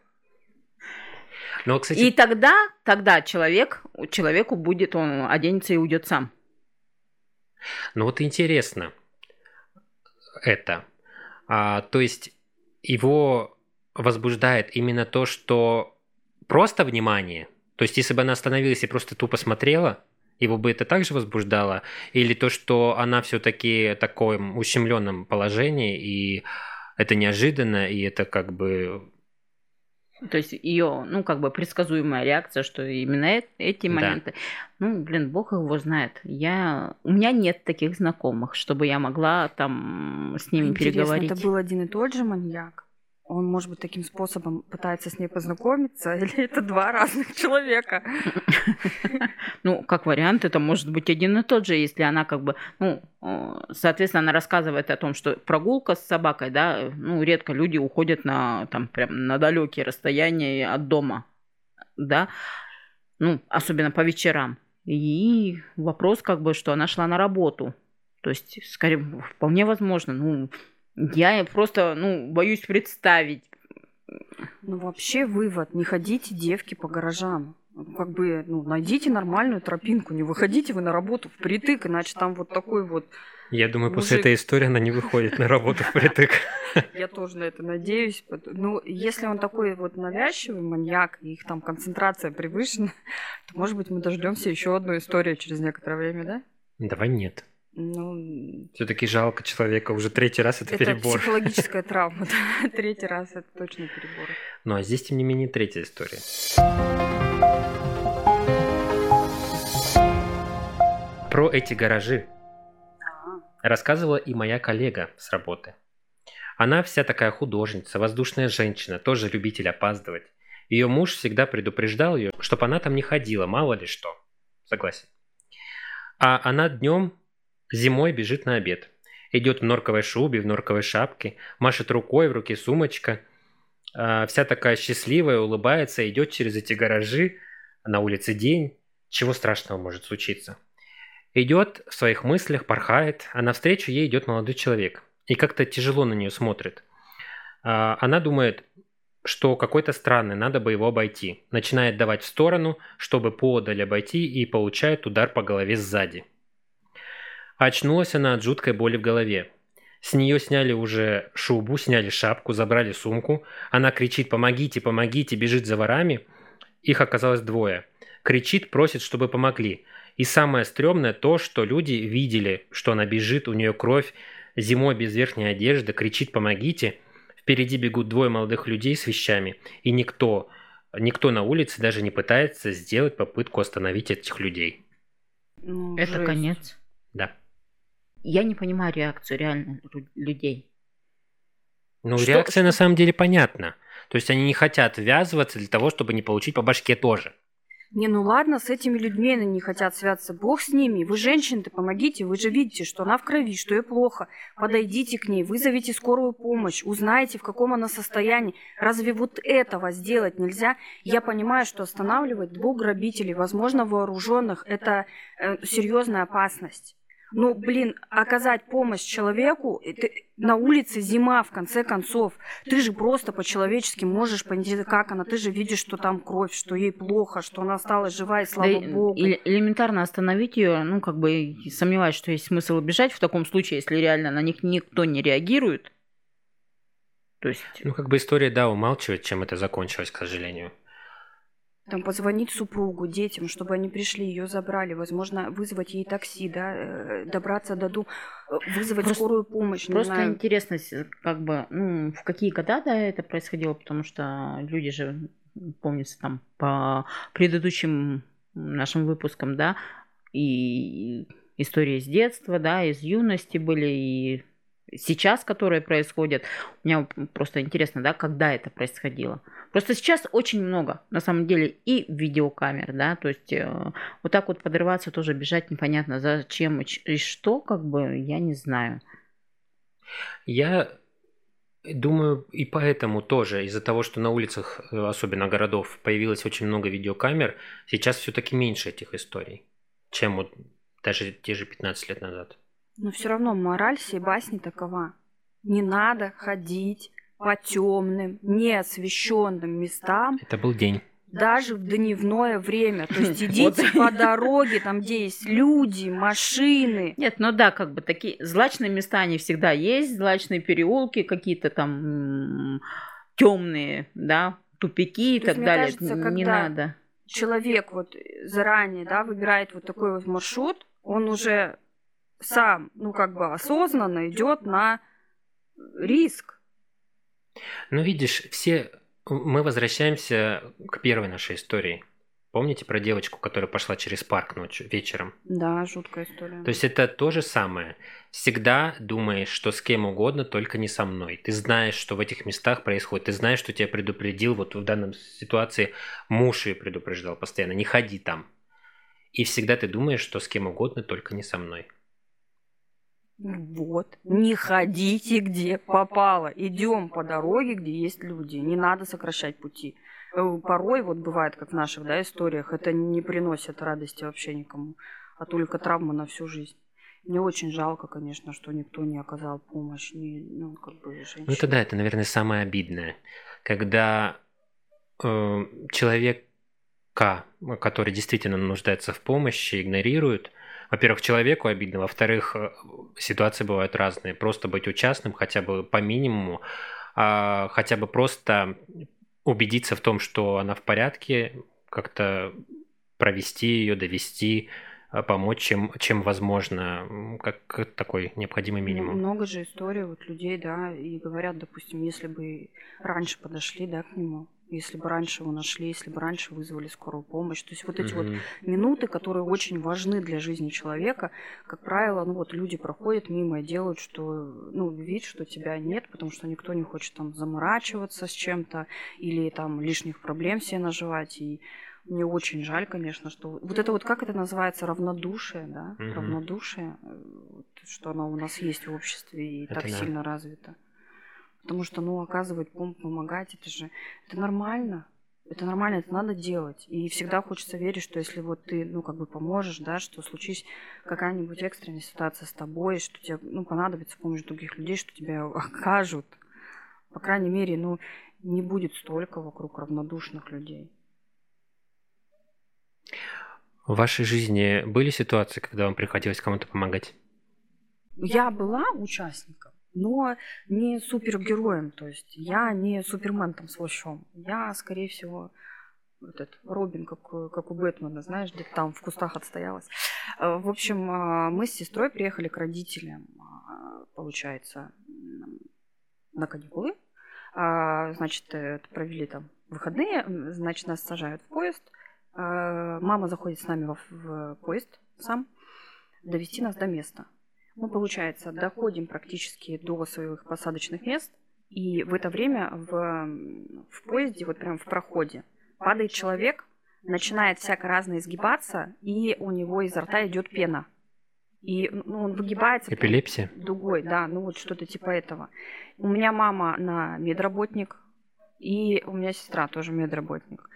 [SPEAKER 1] Но, кстати...
[SPEAKER 3] И тогда человеку будет, он оденется и уйдет сам.
[SPEAKER 1] Ну вот интересно это. То есть его возбуждает именно то, что просто внимание. То есть если бы она остановилась и просто тупо смотрела, его бы это также возбуждало? Или то, что она все-таки в таком ущемленном положении, и это неожиданно, и это как бы...
[SPEAKER 3] То есть ее, ну, как бы предсказуемая реакция, что именно эти моменты... Да. Ну, блин, бог его знает. У меня нет таких знакомых, чтобы я могла там с ними переговорить.
[SPEAKER 2] Это был один и тот же маньяк? Он, может быть, таким способом пытается с ней познакомиться, или это два разных человека?
[SPEAKER 3] Ну, как вариант, это может быть один и тот же, если она как бы, ну, соответственно, она рассказывает о том, что прогулка с собакой, да, ну, редко люди уходят там, прям на далекие расстояния от дома, да, ну, особенно по вечерам. И вопрос как бы, что она шла на работу. То есть, скорее, вполне возможно, ну, я просто, ну, боюсь представить.
[SPEAKER 2] Ну, вообще вывод: не ходите, девки, по гаражам. Как бы, ну, найдите нормальную тропинку, не выходите вы на работу впритык, иначе там вот такой вот...
[SPEAKER 1] Я думаю, после этой истории она не выходит на работу впритык.
[SPEAKER 2] Я тоже на это надеюсь. Ну, если он такой вот навязчивый маньяк, и их там концентрация превышена, то, может быть, мы дождемся еще одну историю через некоторое время, да?
[SPEAKER 1] Давай нет.
[SPEAKER 2] Ну,
[SPEAKER 1] все-таки жалко человека, уже третий раз это перебор.
[SPEAKER 2] Это психологическая травма, третий раз это точно перебор.
[SPEAKER 1] Ну а здесь, тем не менее, третья история. Про эти гаражи рассказывала и моя коллега с работы. Она вся такая художница, воздушная женщина, тоже любитель опаздывать. Ее муж всегда предупреждал ее, чтобы она там не ходила, мало ли что. Согласен. А она днем, зимой бежит на обед. Идет в норковой шубе, в норковой шапке, машет рукой, в руке сумочка. Вся такая счастливая, улыбается, идет через эти гаражи. На улице день. Чего страшного может случиться? Идет в своих мыслях, порхает, а навстречу ей идет молодой человек. И как-то тяжело на нее смотрит. Она думает, что какой-то странный, надо бы его обойти. Начинает давать в сторону, чтобы поодаль обойти, и получает удар по голове сзади. Очнулась она от жуткой боли в голове. С нее сняли уже шубу, сняли шапку, забрали сумку. Она кричит: «Помогите, помогите!», бежит за ворами. Их оказалось двое. Кричит, просит, чтобы помогли. И самое стрёмное то, что люди видели, что она бежит, у нее кровь, зимой без верхней одежды, кричит «помогите». Впереди бегут двое молодых людей с вещами, и никто на улице даже не пытается сделать попытку остановить этих людей.
[SPEAKER 2] Ну,
[SPEAKER 3] Это
[SPEAKER 2] жесть.
[SPEAKER 3] конец.
[SPEAKER 1] Да.
[SPEAKER 3] Я не понимаю реакцию реально людей.
[SPEAKER 1] Ну,
[SPEAKER 3] Что-
[SPEAKER 1] реакция на
[SPEAKER 3] что-
[SPEAKER 1] самом деле понятна. То есть они не хотят ввязываться для того, чтобы не получить по башке тоже.
[SPEAKER 2] Не, ну ладно, с этими людьми они не хотят связаться. Бог с ними. Вы женщины-то помогите. Вы же видите, что она в крови, что ей плохо. Подойдите к ней, вызовите скорую помощь, узнайте, в каком она состоянии. Разве вот этого сделать нельзя? Я понимаю, что останавливать двух грабителей, возможно, вооруженных, это серьезная опасность. Ну, блин, оказать помощь человеку, на улице зима, в конце концов. Ты же просто по-человечески можешь понять, как она. Ты же видишь, что там кровь, что ей плохо, что она осталась жива, и слава богу.
[SPEAKER 3] Или элементарно остановить ее, ну, как бы, сомневаюсь, что есть смысл убежать в таком случае, если реально на них никто не реагирует. То есть...
[SPEAKER 1] Ну, как бы история, да, умалчивает, чем это закончилось, к сожалению.
[SPEAKER 2] Там позвонить супругу, детям, чтобы они пришли, ее забрали, возможно, вызвать ей такси, да, добраться до дома, вызвать скорую помощь. Не
[SPEAKER 3] Просто
[SPEAKER 2] знаю.
[SPEAKER 3] интересно, как бы, ну, в какие года, да, это происходило, потому что люди же, помнится, там, по предыдущим нашим выпускам, да, и истории с детства, да, из юности были, и сейчас, которые происходят. Мне просто интересно, да, когда это происходило. Просто сейчас очень много, на самом деле, и видеокамер, да, то есть вот так вот подрываться, тоже бежать непонятно зачем и что, как бы, я не знаю.
[SPEAKER 1] Я думаю, и поэтому тоже, из-за того, что на улицах, особенно городов, появилось очень много видеокамер, сейчас все-таки меньше этих историй, чем вот даже те же 15 лет назад.
[SPEAKER 2] Но все равно мораль всей басни такова. Не надо ходить по темным, неосвещенным местам,
[SPEAKER 1] Это был день.
[SPEAKER 2] даже в дневное время. То есть идите по дороге, там, где есть люди, машины.
[SPEAKER 3] Нет, ну да, как бы такие злачные места, они всегда есть, злачные переулки, какие-то там темные, да, тупики и
[SPEAKER 2] То есть,
[SPEAKER 3] так
[SPEAKER 2] мне
[SPEAKER 3] далее.
[SPEAKER 2] кажется,
[SPEAKER 3] Не
[SPEAKER 2] когда
[SPEAKER 3] надо.
[SPEAKER 2] человек вот заранее, да, выбирает вот такой вот маршрут, он уже сам, ну, как бы осознанно идет на риск.
[SPEAKER 1] Ну, видишь, мы возвращаемся к первой нашей истории. Помните про девочку, которая пошла через парк ночью, вечером?
[SPEAKER 2] Да, жуткая история.
[SPEAKER 1] То есть это то же самое. Всегда думаешь, что с кем угодно, только не со мной. Ты знаешь, что в этих местах происходит. Ты знаешь, что тебя предупредил, вот в данной ситуации муж ее предупреждал постоянно, не ходи там. И всегда ты думаешь, что с кем угодно, только не со мной.
[SPEAKER 2] Вот. Не ходите, где попало. Идем по дороге, где есть люди. Не надо сокращать пути. Порой, вот бывает, как в наших, да, историях, это не приносит радости вообще никому, а только травмы на всю жизнь. Мне очень жалко, конечно, что никто не оказал помощь, ну, как бы, женщине.
[SPEAKER 1] Ну это да, это, наверное, самое обидное. Когда человека, который действительно нуждается в помощи, игнорируют. Во-первых, человеку обидно, во-вторых, ситуации бывают разные. Просто быть участным хотя бы по минимуму, хотя бы просто убедиться в том, что она в порядке, как-то провести ее, довести, помочь, чем возможно, как такой необходимый минимум.
[SPEAKER 2] Много же историй вот людей, да, и говорят, допустим, если бы раньше подошли, да, к нему, если бы раньше его нашли, если бы раньше вызвали скорую помощь. То есть вот эти вот минуты, которые очень важны для жизни человека, как правило, ну вот люди проходят мимо и делают, что, ну, вид, что тебя нет, потому что никто не хочет там заморачиваться с чем-то или там лишних проблем себе наживать. И мне очень жаль, конечно, что вот это вот, как это называется, равнодушие, да, равнодушие, что оно у нас есть в обществе и это так сильно развито. Потому что, ну, оказывать помощь, помогать, это нормально. Это нормально, это надо делать. И всегда хочется верить, что если вот ты, ну, как бы поможешь, да, что случись какая-нибудь экстренная ситуация с тобой, что тебе, ну, понадобится помощь других людей, что тебя окажут. По крайней мере, ну, не будет столько вокруг равнодушных людей.
[SPEAKER 1] В вашей жизни были ситуации, когда вам приходилось кому-то помогать?
[SPEAKER 2] Я была участником, но не супергероем, то есть я не Супермен там с плащом. Я, скорее всего, этот Робин, как у Бэтмена, знаешь, где-то там в кустах отстоялась. В общем, мы с сестрой приехали к родителям, получается, на каникулы. Значит, провели там выходные, значит, нас сажают в поезд. Мама заходит с нами в поезд сам, довести нас до места. Мы, получается, доходим практически до своих посадочных мест, и в это время в поезде, вот прям в проходе, падает человек, начинает всяко разно изгибаться, и у него изо рта идет пена. И он выгибается.
[SPEAKER 1] Эпилепсия?
[SPEAKER 2] Дугой, да, ну вот что-то типа этого. У меня мама медработник, и у меня сестра тоже медработник.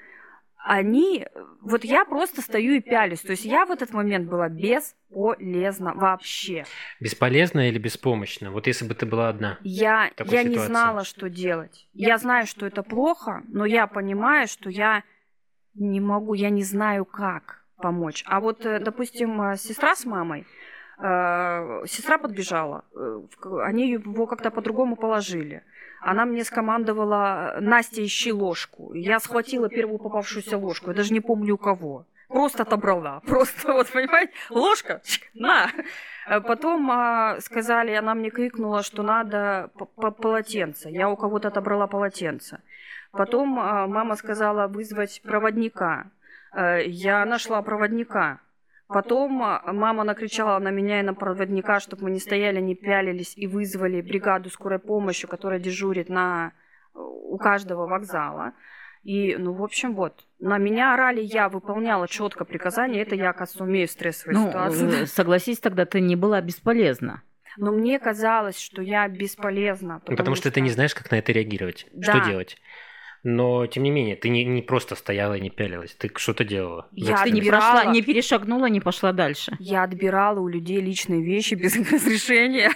[SPEAKER 2] Вот я просто стою и пялюсь. То есть я в этот момент была бесполезна вообще.
[SPEAKER 1] Бесполезна или беспомощна? Вот если бы ты была одна.
[SPEAKER 2] Я не знала, что делать. Я знаю, что это плохо, но я понимаю, что я не могу, я не знаю, как помочь. А вот, допустим, сестра с мамой, сестра подбежала, они его как-то по-другому положили. Она мне скомандовала: Настя, ищи ложку. Я схватила первую попавшуюся ложку, я даже не помню у кого. Просто отобрала. Просто, вот, понимаете, ложка, на. Потом сказали, она мне крикнула, что надо полотенце. Я у кого-то отобрала полотенце. Потом мама сказала вызвать проводника. Я нашла проводника. Потом мама накричала на меня и на проводника, чтобы мы не стояли, не пялились, и вызвали бригаду скорой помощи, которая дежурит у каждого вокзала. И, в общем, вот, на меня орали, я выполняла четко приказания, это я, оказывается, умею в стрессовой ситуации.
[SPEAKER 3] Согласись, тогда ты не была бесполезна.
[SPEAKER 2] Но мне казалось, что я бесполезна.
[SPEAKER 1] Потому что ты не знаешь, как на это реагировать,
[SPEAKER 2] да.
[SPEAKER 1] Что делать. Но, тем не менее, ты не просто стояла и не пялилась, ты что-то делала.
[SPEAKER 3] Ты не перешагнула, не пошла дальше.
[SPEAKER 2] Я отбирала у людей личные вещи без разрешения.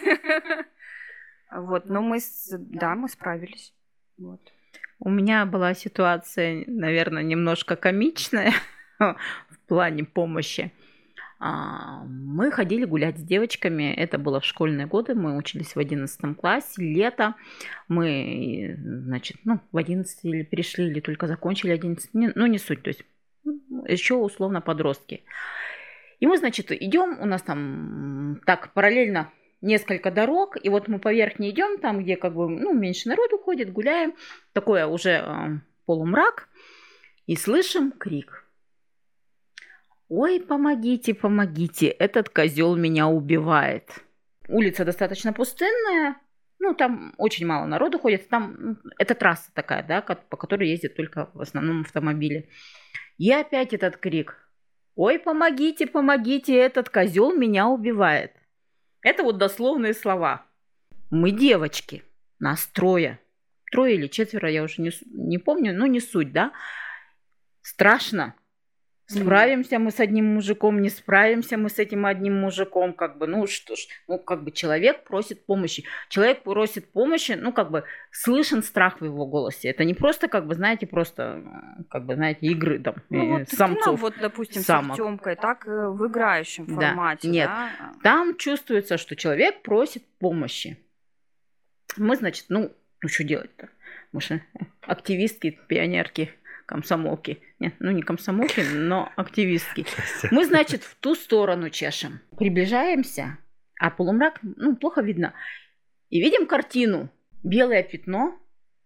[SPEAKER 2] Вот, но мы справились. Вот.
[SPEAKER 3] У меня была ситуация, наверное, немножко комичная в плане помощи. Мы ходили гулять с девочками, это было в школьные годы, мы учились в 11 классе, лето, мы, значит, в 11 или перешли, или только закончили 11, не суть, то есть еще условно подростки. И мы, значит, идем, у нас там так параллельно несколько дорог, и вот мы по верхней идем, там, где как бы, меньше народу ходит, гуляем, такое уже полумрак, и слышим крик. Ой, помогите, помогите, этот козел меня убивает. Улица достаточно пустынная, там очень мало народу ходит, там это трасса такая, да, по которой ездят только в основном автомобили. И опять этот крик. Ой, помогите, помогите, этот козел меня убивает. Это вот дословные слова. Мы девочки, нас трое или четверо, я уже не помню, но не суть, да. Страшно. Справимся мы с одним мужиком, не справимся мы с этим одним мужиком, человек просит помощи. Человек просит помощи, слышен страх в его голосе. Это не просто, игры там, самцов.
[SPEAKER 2] Вот, допустим, самок. С Артёмкой, так в играющем формате.
[SPEAKER 3] Да. Нет, там чувствуется, что человек просит помощи. Мы, значит, что делать-то? Мы же активистки, пионерки, комсомолки. Нет, не комсомолки, но активистки. Мы, значит, в ту сторону чешем. Приближаемся, а полумрак, плохо видно. И видим картину. Белое пятно,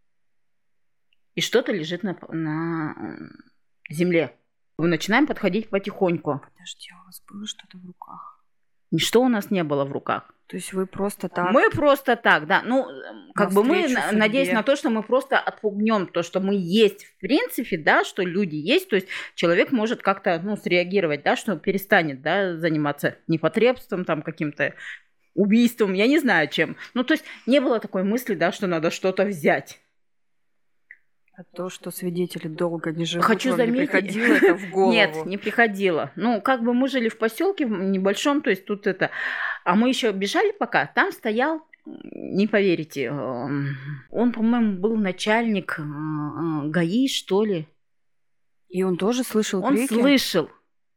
[SPEAKER 3] и что-то лежит на земле. Мы начинаем подходить потихоньку.
[SPEAKER 2] Подожди, у вас было что-то в руках?
[SPEAKER 3] Ничто у нас не было в руках.
[SPEAKER 2] То есть вы просто так?
[SPEAKER 3] Мы просто так, да. Мы надеясь на то, что мы просто отпугнем то, что мы есть в принципе, да, что люди есть. То есть человек может как-то, среагировать, да, что перестанет, да, заниматься непотребством, там, каким-то убийством, я не знаю чем. То есть не было такой мысли, да, что надо что-то взять.
[SPEAKER 2] А то, что свидетели долго не живут,
[SPEAKER 3] хочу заметить,
[SPEAKER 2] не приходило это в голову?
[SPEAKER 3] Нет, не приходило. Мы жили в поселке небольшом, то есть тут это... А мы еще бежали пока, там стоял, не поверите, он, по-моему, был начальник ГАИ, что ли.
[SPEAKER 2] И он тоже слышал крики?
[SPEAKER 3] Он слышал.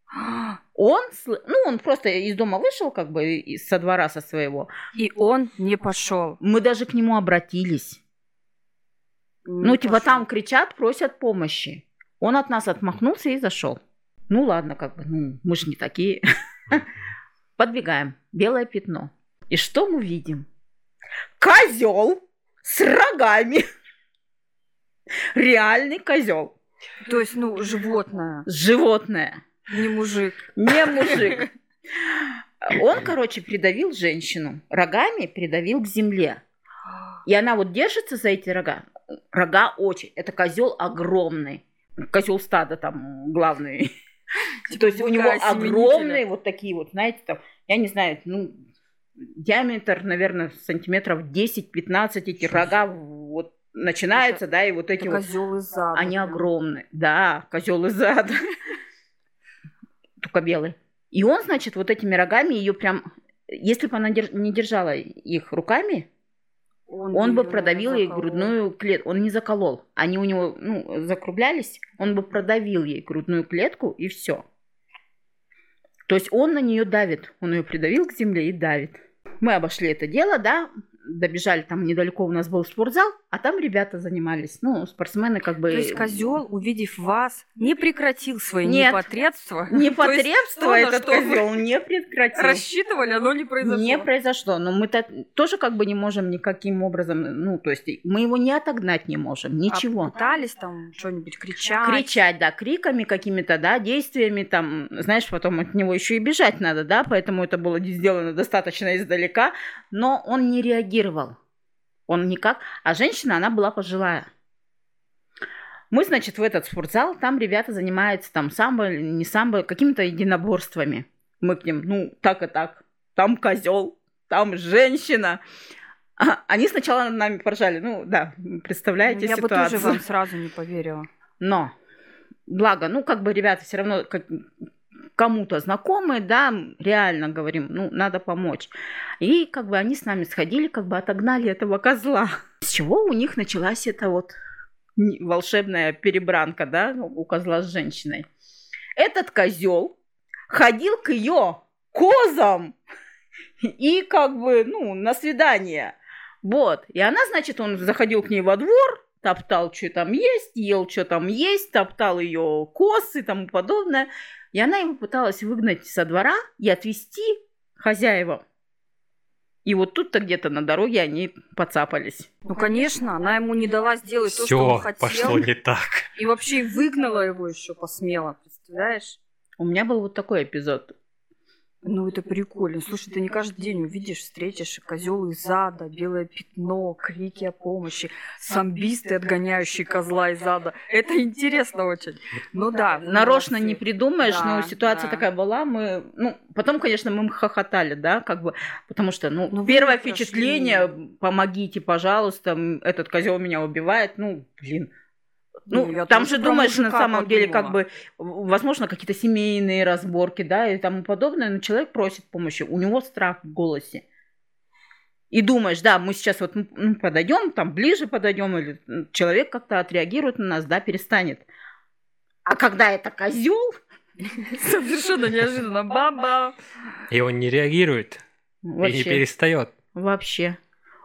[SPEAKER 3] Он просто из дома вышел, со двора со своего.
[SPEAKER 2] И он не пошел.
[SPEAKER 3] Мы даже к нему обратились. Там кричат, просят помощи. Он от нас отмахнулся и зашел. Ну ладно, как бы, ну, мы же не такие. Подбегаем. Белое пятно. И что мы видим? Козел с рогами. Реальный козел.
[SPEAKER 2] То есть, ну, животное.
[SPEAKER 3] Животное.
[SPEAKER 2] Не мужик.
[SPEAKER 3] Не мужик. Он, короче, придавил женщину. Рогами придавил к земле. И она вот держится за эти рога. Рога очень. Это козел огромный. Козел стада там главный. То есть у него огромные вот такие вот, знаете, там, я не знаю, ну, диаметр, наверное, сантиметров 10-15 эти рога вот начинаются, да, и вот эти вот.
[SPEAKER 2] Козел из зада.
[SPEAKER 3] Они огромные. Да, козел из зада. Только белый. И он, значит, вот этими рогами ее прям, если бы она не держала их руками, он бы продавил ей грудную клетку. Он не заколол. Они у него, ну, закруглялись, он бы продавил ей грудную клетку, и все. То есть он на нее давит. Он ее придавил к земле и давит. Мы обошли это дело, да, добежали, там недалеко у нас был спортзал, а там ребята занимались, ну, спортсмены как бы...
[SPEAKER 2] То есть козел, увидев вас, не прекратил свои непотребства?
[SPEAKER 3] Непотребство этот козел не прекратил.
[SPEAKER 2] Рассчитывали, оно не произошло.
[SPEAKER 3] Не произошло, но мы тоже как бы не можем никаким образом, ну, то есть мы его не отогнать не можем, ничего.
[SPEAKER 2] А пытались там что-нибудь кричать?
[SPEAKER 3] Кричать, да, криками какими-то, да, действиями там, знаешь, потом от него еще и бежать надо, да, поэтому это было сделано достаточно издалека, но он не реагировал. Он никак. А женщина, она была пожилая. Мы, значит, в этот спортзал, там ребята занимаются там самбо, не самбо, какими-то единоборствами. Мы к ним, ну, так и так. Там козел, там женщина. Они сначала над нами поржали. Ну, да, представляете
[SPEAKER 2] ситуацию. Я бы тоже вам сразу не поверила.
[SPEAKER 3] Но, благо, ну, как бы ребята все равно кому-то знакомые, да, реально говорим, ну, надо помочь. И как бы они с нами сходили, как бы отогнали этого козла. С чего у них началась эта вот волшебная перебранка, да, у козла с женщиной. Этот козел ходил к ее козам и как бы, ну, на свидание. Вот. И она, значит, он заходил к ней во двор, топтал, что там есть, ел, что там есть, топтал ее коз и тому подобное. И она его пыталась выгнать со двора и отвезти хозяевам. И вот тут-то где-то на дороге они поцапались.
[SPEAKER 2] Ну, конечно, она ему не дала сделать то, что он хотел.
[SPEAKER 1] Всё пошло не так.
[SPEAKER 2] И вообще выгнала его еще посмело, представляешь?
[SPEAKER 3] У меня был вот такой эпизод.
[SPEAKER 2] Ну, это прикольно. Слушай, ты не каждый день увидишь, встретишь козел из ада, белое пятно, крики о помощи, самбисты, отгоняющие козла из ада. Это интересно очень. Ну да.
[SPEAKER 3] Нарочно не придумаешь, да, но ситуация такая была. Мы, ну, потом, конечно, мы хохотали, да, как бы, потому что, ну первое впечатление, помогите, пожалуйста, этот козел меня убивает, ну, блин. Ну, там же думаешь, на самом деле, как бы, возможно, какие-то семейные разборки, да, и тому подобное, но человек просит помощи, у него страх в голосе. И думаешь, да, мы сейчас вот подойдем, там ближе подойдем, или человек как-то отреагирует на нас, да, перестанет. А когда это козел,
[SPEAKER 2] совершенно неожиданно, баба.
[SPEAKER 1] И он не реагирует, и не перестает.
[SPEAKER 3] Вообще.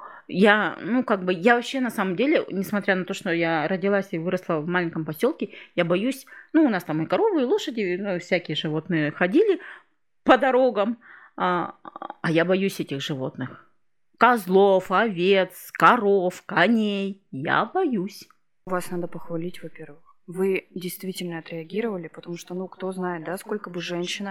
[SPEAKER 3] Я вообще на самом деле, несмотря на то, что я родилась и выросла в маленьком поселке, я боюсь, ну, у нас там и коровы, и лошади, ну, всякие животные ходили по дорогам, а я боюсь этих животных. Козлов, овец, коров, коней. Я боюсь.
[SPEAKER 2] Вас надо похвалить, во-первых. Вы действительно отреагировали, потому что, ну, кто знает, да, сколько бы женщина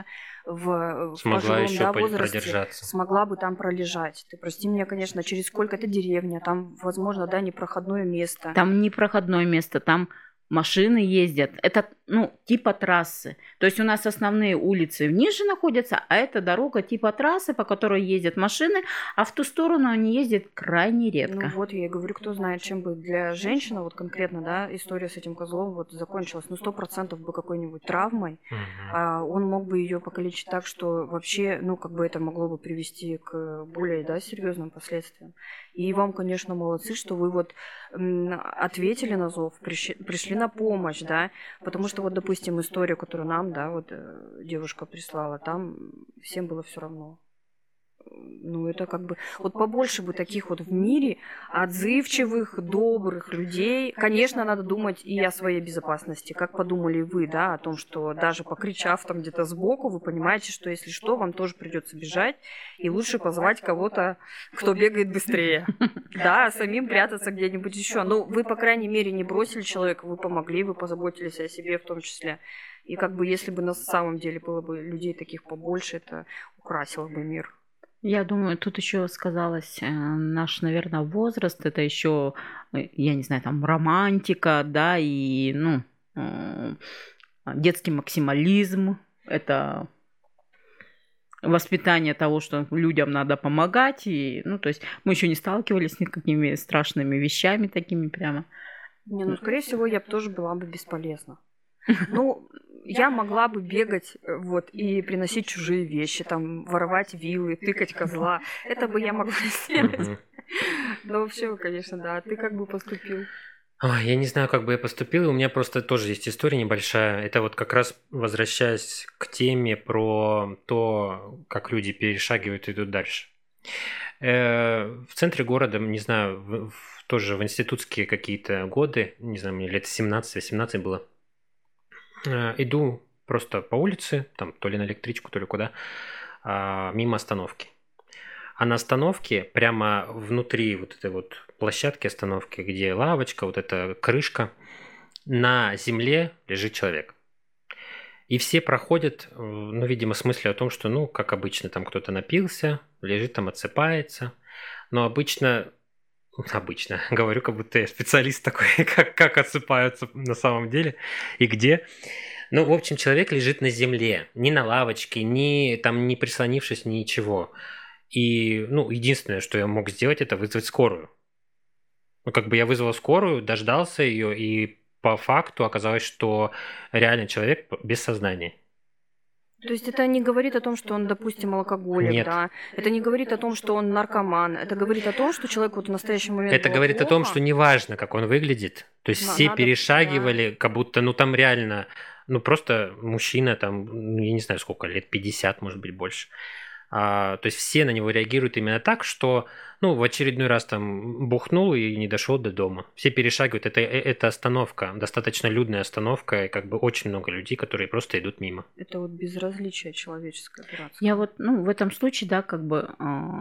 [SPEAKER 2] в пожилом возрасте смогла бы там пролежать. Ты прости меня, конечно, через сколько это деревня, там, возможно, да, непроходное место.
[SPEAKER 3] Там непроходное место, там машины ездят. Это, ну, типа трассы. То есть у нас основные улицы ниже находятся, а это дорога типа трассы, по которой ездят машины, а в ту сторону они ездят крайне редко.
[SPEAKER 2] Ну вот, я и говорю, кто знает, чем бы для женщины, вот конкретно, да, история с этим козлом вот закончилась, ну, 100% бы какой-нибудь травмой, он мог бы ее покалечить так, что вообще, ну, как бы это могло бы привести к более, да, серьезным последствиям. И вам, конечно, молодцы, что вы вот ответили на зов, пришли на помощь, да, потому что вот, допустим, историю, которую нам, да, вот девушка прислала, там всем было все равно. ну, это как бы... Вот побольше бы таких вот в мире отзывчивых, добрых людей. Конечно, надо думать и о своей безопасности. Как подумали вы, да, о том, что даже покричав там где-то сбоку, вы понимаете, что если что, вам тоже придется бежать, и лучше позвать кого-то, кто бегает быстрее. Да, самим прятаться где-нибудь еще. Ну, вы, по крайней мере, не бросили человека, вы помогли, вы позаботились о себе в том числе. И как бы если бы на самом деле было бы людей таких побольше, это украсило бы мир.
[SPEAKER 3] Я думаю, тут еще сказалось наш, наверное, возраст, это еще, я не знаю, там романтика, да, и, ну, детский максимализм, это воспитание того, что людям надо помогать, и, ну, то есть мы еще не сталкивались с никакими страшными вещами такими прямо.
[SPEAKER 2] Не, ну, скорее всего, я бы тоже была бы бесполезна. Ну, я могла бы бегать вот и приносить чужие вещи, там, воровать вилы, тыкать козла. Это бы я могла сделать. Но вообще, конечно, да. Ты как бы поступил?
[SPEAKER 1] Ой, я не знаю, как бы я поступил. У меня просто тоже есть история небольшая. Это вот как раз возвращаясь к теме про то, как люди перешагивают и идут дальше. В центре города, не знаю, тоже в институтские какие-то годы, не знаю, мне лет 17-18 было, иду просто по улице, там то ли на электричку, то ли куда, мимо остановки. А на остановке, прямо внутри вот этой вот площадки остановки, где лавочка, вот эта крышка, на земле лежит человек. И все проходят, ну, видимо, с мыслью о том, что, ну, как обычно, там кто-то напился, лежит там, отсыпается. Но обычно, говорю, как будто я специалист такой, как отсыпаются на самом деле и где. Ну, в общем, человек лежит на земле, ни на лавочке, ни там не прислонившись, ничего. И, ну, единственное, что я мог сделать, это вызвать скорую. Ну, как бы я вызвал скорую, дождался ее, и по факту оказалось, что реально человек без сознания.
[SPEAKER 2] То есть это не говорит о том, что он, допустим, алкоголик,
[SPEAKER 1] Нет.
[SPEAKER 2] да? Это не говорит о том, что он наркоман. Это говорит о том, что человек вот в настоящий момент
[SPEAKER 1] Это
[SPEAKER 2] было
[SPEAKER 1] говорит о том,
[SPEAKER 2] плохо.
[SPEAKER 1] что неважно, как он выглядит. То есть все
[SPEAKER 2] Надо,
[SPEAKER 1] перешагивали, как будто, ну, там реально, ну, просто мужчина, там, ну, я не знаю, сколько лет, 50, может быть, больше. То есть все на него реагируют именно так, что, ну, в очередной раз там бухнул и не дошел до дома. Все перешагивают. Это остановка, достаточно людная остановка, и как бы очень много людей, которые просто идут мимо.
[SPEAKER 2] Это вот безразличие человеческое, дурацкое.
[SPEAKER 3] Я вот, ну, в этом случае, да, как бы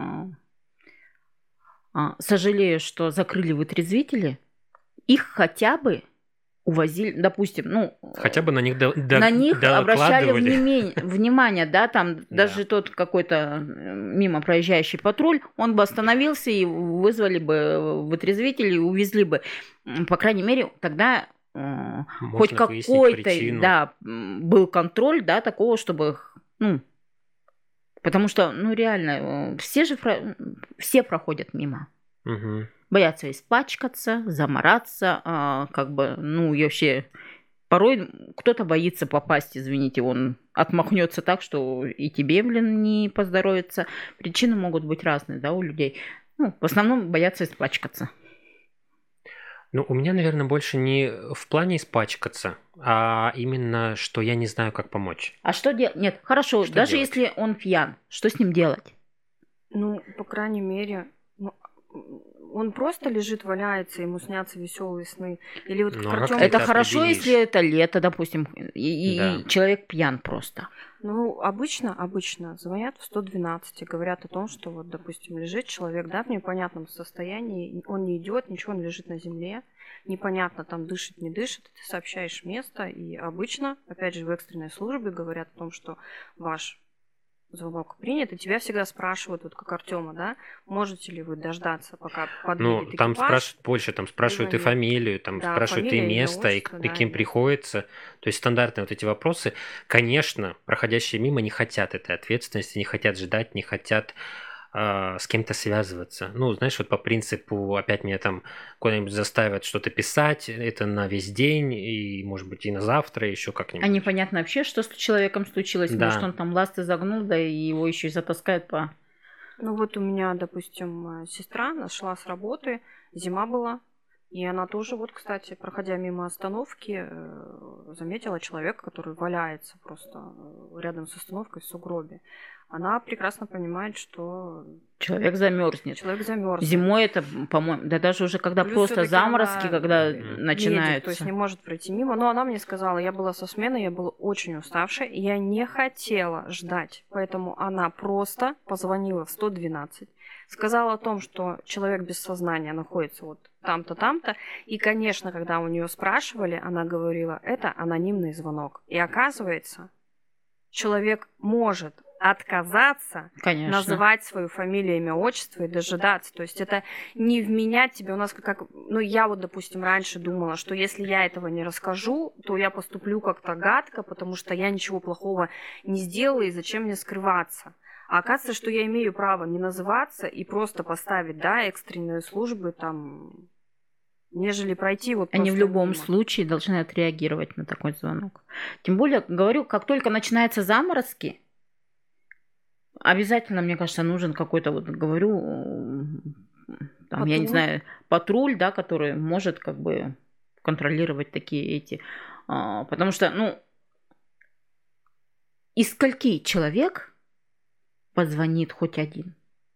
[SPEAKER 3] сожалею, что закрыли вытрезвители. Их хотя бы увозили, допустим, ну...
[SPEAKER 1] Хотя бы на них
[SPEAKER 3] на них обращали
[SPEAKER 1] докладывали.
[SPEAKER 3] внимание, да, там
[SPEAKER 1] Да.
[SPEAKER 3] даже тот какой-то мимо проезжающий патруль, он бы остановился и вызвали бы вытрезвители и увезли бы. По крайней мере, тогда хоть
[SPEAKER 1] Можно выяснить
[SPEAKER 3] какой-то,
[SPEAKER 1] причину.
[SPEAKER 3] да, был контроль, да, такого, чтобы, ну, потому что, ну, реально, все проходят мимо.
[SPEAKER 1] Мгм.
[SPEAKER 3] Боятся испачкаться, замораться, как бы, ну, и вообще, порой кто-то боится попасть, извините, он отмахнется так, что и тебе, блин, не поздоровится. Причины могут быть разные, да, у людей. Ну, в основном боятся испачкаться.
[SPEAKER 1] Ну, у меня, наверное, больше не в плане испачкаться, а именно, что я не знаю, как помочь.
[SPEAKER 3] А что делать? Нет, хорошо,
[SPEAKER 1] Что
[SPEAKER 3] даже
[SPEAKER 1] делать?
[SPEAKER 3] если он пьян, что с ним делать?
[SPEAKER 2] Ну, по крайней мере, ну, он просто лежит, валяется, ему снятся веселые сны. Или вот
[SPEAKER 1] Ну,
[SPEAKER 2] как
[SPEAKER 1] а как
[SPEAKER 2] Артём-
[SPEAKER 1] ты
[SPEAKER 3] Это
[SPEAKER 1] это
[SPEAKER 3] хорошо,
[SPEAKER 1] определишь?
[SPEAKER 3] если это лето, допустим, и
[SPEAKER 1] Да.
[SPEAKER 3] человек пьян просто.
[SPEAKER 2] Ну, обычно звонят в 112 и говорят о том, что вот, допустим, лежит человек, да, в непонятном состоянии, он не идет, ничего, он лежит на земле, непонятно, там дышит, не дышит, ты сообщаешь место, и обычно, опять же, в экстренной службе говорят о том, что ваш звонок принят, и тебя всегда спрашивают, вот как Артема, да, можете ли вы дождаться, пока
[SPEAKER 1] Ну,
[SPEAKER 2] подъедет
[SPEAKER 1] там
[SPEAKER 2] экипаж.
[SPEAKER 1] спрашивают больше, там спрашивают и
[SPEAKER 2] звонить.
[SPEAKER 1] фамилию, там
[SPEAKER 2] Да,
[SPEAKER 1] спрашивают и
[SPEAKER 2] фамилия, имя,
[SPEAKER 1] место, и
[SPEAKER 2] отчество, да,
[SPEAKER 1] кем
[SPEAKER 2] и-
[SPEAKER 1] приходится. То есть стандартные вот эти вопросы. Конечно, проходящие мимо не хотят этой ответственности, не хотят ждать, не хотят с кем-то связываться. Ну, знаешь, вот по принципу, опять меня там куда-нибудь заставят что-то писать, это на весь день, и, может быть, и на завтра, и еще как-нибудь.
[SPEAKER 3] А непонятно вообще, что с человеком случилось.
[SPEAKER 1] Да.
[SPEAKER 3] Может, он там ласты загнул, да и его еще и затаскают по...
[SPEAKER 2] Ну вот у меня, допустим, сестра нашла с работы, зима была, и она тоже, вот, кстати, проходя мимо остановки, заметила человека, который валяется просто рядом с остановкой в сугробе. она прекрасно понимает, что
[SPEAKER 3] Человек замерзнет.
[SPEAKER 2] человек замерз.
[SPEAKER 3] Зимой это, по-моему, да даже уже когда
[SPEAKER 2] Плюс
[SPEAKER 3] просто
[SPEAKER 2] всё-таки
[SPEAKER 3] заморозки,
[SPEAKER 2] она
[SPEAKER 3] когда
[SPEAKER 2] медик, то есть
[SPEAKER 3] начинаются.
[SPEAKER 2] не может пройти мимо. Но она мне сказала, я была со смены, я была очень уставшая, и я не хотела ждать. Поэтому она просто позвонила в 112, сказала о том, что человек без сознания находится вот там-то, там-то. И, конечно, когда у нее спрашивали, она говорила, это анонимный звонок. И оказывается, человек может отказаться
[SPEAKER 3] Конечно.
[SPEAKER 2] называть свою фамилию, имя, отчество и дожидаться. То есть это не вменять тебе. У нас как... Ну, я вот, допустим, раньше думала, что если я этого не расскажу, то я поступлю как-то гадко, потому что я ничего плохого не сделала, и зачем мне скрываться? А оказывается, что я имею право не называться и просто поставить, да, экстренные службы там, нежели пройти вот
[SPEAKER 3] Они в
[SPEAKER 2] просто
[SPEAKER 3] любом
[SPEAKER 2] мимо.
[SPEAKER 3] случае должны отреагировать на такой звонок. Тем более, говорю, как только начинаются заморозки, обязательно, мне кажется, нужен какой-то, вот говорю, там, я не
[SPEAKER 2] Патруль.
[SPEAKER 3] знаю, патруль, да, который может как бы контролировать такие эти. Потому что, ну, из скольки человек позвонит хоть один?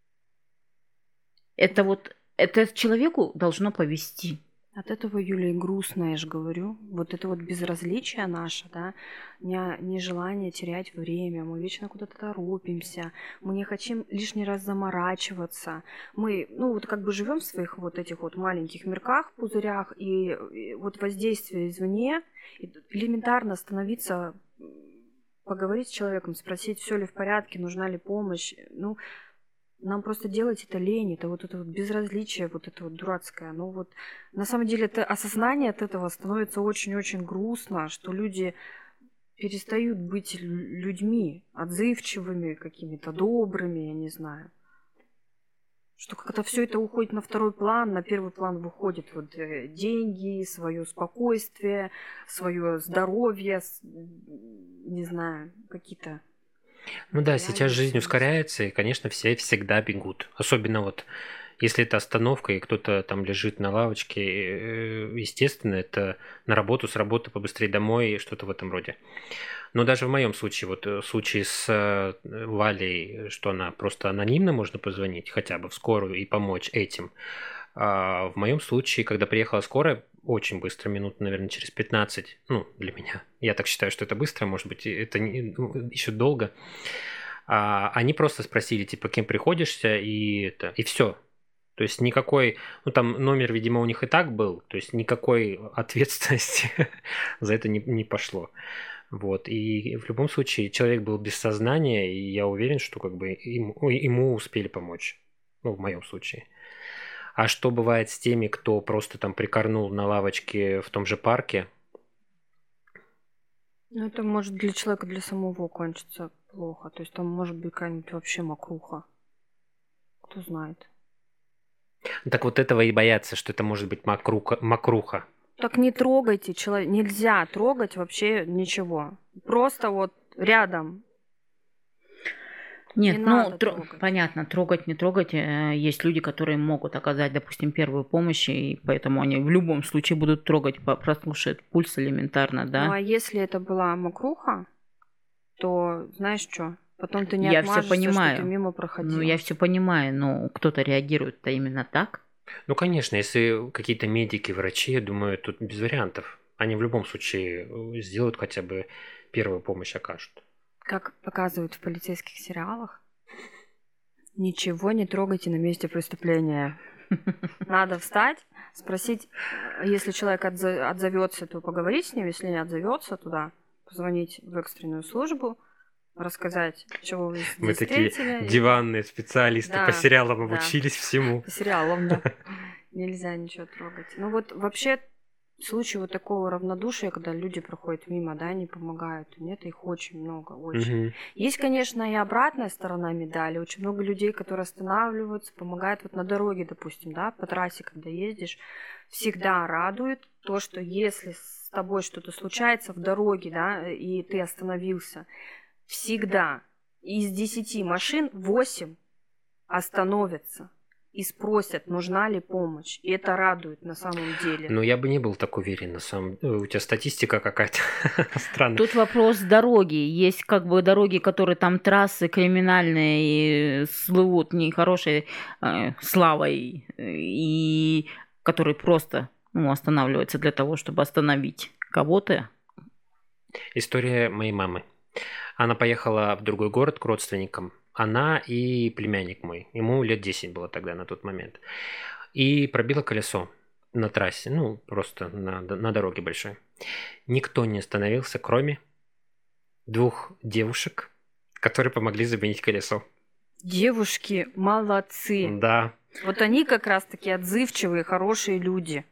[SPEAKER 3] Это вот, это человеку должно повести.
[SPEAKER 2] От этого, Юля, и грустно, я же говорю. Вот это вот безразличие наше, да, нежелание терять время, мы вечно куда-то торопимся, мы не хотим лишний раз заморачиваться. Мы, ну, вот как бы живем в своих вот этих вот маленьких мирках, пузырях, и вот воздействие извне, элементарно остановиться, поговорить с человеком, спросить, все ли в порядке, нужна ли помощь, ну, нам просто делать это лень, это вот безразличие, вот это вот дурацкое. Ну вот на самом деле это осознание от этого становится очень-очень грустно, что люди перестают быть людьми, отзывчивыми, какими-то добрыми, я не знаю. Что как-то все это уходит на второй план, на первый план выходят вот деньги, свое спокойствие, свое здоровье, не знаю, какие-то...
[SPEAKER 1] Ну да, сейчас жизнь
[SPEAKER 2] ценности.
[SPEAKER 1] ускоряется, и, конечно, все всегда бегут. Особенно вот если это остановка, и кто-то там лежит на лавочке, естественно, это на работу, с работы побыстрее домой, и что-то в этом роде. Но даже в моем случае, вот в случае с Валей, что она просто анонимно можно позвонить, хотя бы в скорую, и помочь этим. А в моем случае, когда приехала скорая, очень быстро, минут, наверное, через 15, ну, для меня. Я так считаю, что это быстро, может быть, это еще долго. Они просто спросили, типа, кем приходишься, и все. То есть никакой, ну там номер, видимо, у них и так был, то есть никакой ответственности за это не пошло. Вот. И в любом случае человек был без сознания, и я уверен, что как бы ему успели помочь. Ну, в моем случае. А что бывает с теми, кто просто там прикорнул на лавочке в том же парке?
[SPEAKER 2] Ну, это может для человека, для самого кончиться плохо. То есть там может быть какая-нибудь вообще мокруха. Кто знает.
[SPEAKER 1] Так вот этого и боятся, что это может быть мокруха.
[SPEAKER 2] Так не трогайте человека. Нельзя трогать вообще ничего. Просто вот рядом.
[SPEAKER 3] Нет,
[SPEAKER 2] Не
[SPEAKER 3] ну,
[SPEAKER 2] надо трогать.
[SPEAKER 3] понятно, трогать, не трогать. Есть люди, которые могут оказать, допустим, первую помощь, и поэтому они в любом случае будут трогать, прослушают пульс элементарно, да?
[SPEAKER 2] Ну, а если это была мокруха, то знаешь что? Потом ты не
[SPEAKER 3] Я все
[SPEAKER 2] отмажешься,
[SPEAKER 3] понимаю.
[SPEAKER 2] что ты мимо проходил.
[SPEAKER 3] Ну, я все понимаю, но кто-то реагирует-то именно так.
[SPEAKER 1] Ну, конечно, если какие-то медики, врачи, я думаю, тут без вариантов. Они в любом случае сделают хотя бы первую помощь, окажут.
[SPEAKER 2] Как показывают в полицейских сериалах, ничего не трогайте на месте преступления. Надо встать, спросить, если человек отзовется, то поговорить с ним, если не отзовется, туда позвонить в экстренную службу, рассказать, чего вы здесь
[SPEAKER 1] Мы такие
[SPEAKER 2] встретили.
[SPEAKER 1] диванные специалисты,
[SPEAKER 2] Да,
[SPEAKER 1] по сериалам
[SPEAKER 2] да.
[SPEAKER 1] обучились всему.
[SPEAKER 2] По сериалам, да. Нельзя ничего трогать. Ну вот вообще случаи вот такого равнодушия, когда люди проходят мимо, да, не помогают. Нет, их очень много, очень.
[SPEAKER 1] Мгм.
[SPEAKER 2] Есть, конечно, и обратная сторона медали. Очень много людей, которые останавливаются, помогают вот на дороге, допустим, да, по трассе, когда ездишь. Всегда радует то, что если с тобой что-то случается в дороге, да, и ты остановился, всегда из 10 машин 8 остановятся. и спросят, нужна ли помощь. И это радует на самом деле.
[SPEAKER 1] Но я бы не был так уверен, на самом деле. У тебя статистика какая-то странная.
[SPEAKER 3] Тут вопрос дороги. Есть как бы дороги, которые там трассы криминальные и слывут нехорошей славой, и которые просто останавливаются для того, чтобы остановить кого-то.
[SPEAKER 1] История моей мамы. Она поехала в другой город к родственникам. Она и племянник мой. Ему лет 10 было тогда на тот момент. И пробило колесо на трассе. Просто на дороге большой. Никто не остановился, кроме 2 девушек, которые помогли заменить колесо.
[SPEAKER 2] Девушки молодцы.
[SPEAKER 1] Да.
[SPEAKER 2] Вот они как раз-таки отзывчивые, хорошие люди.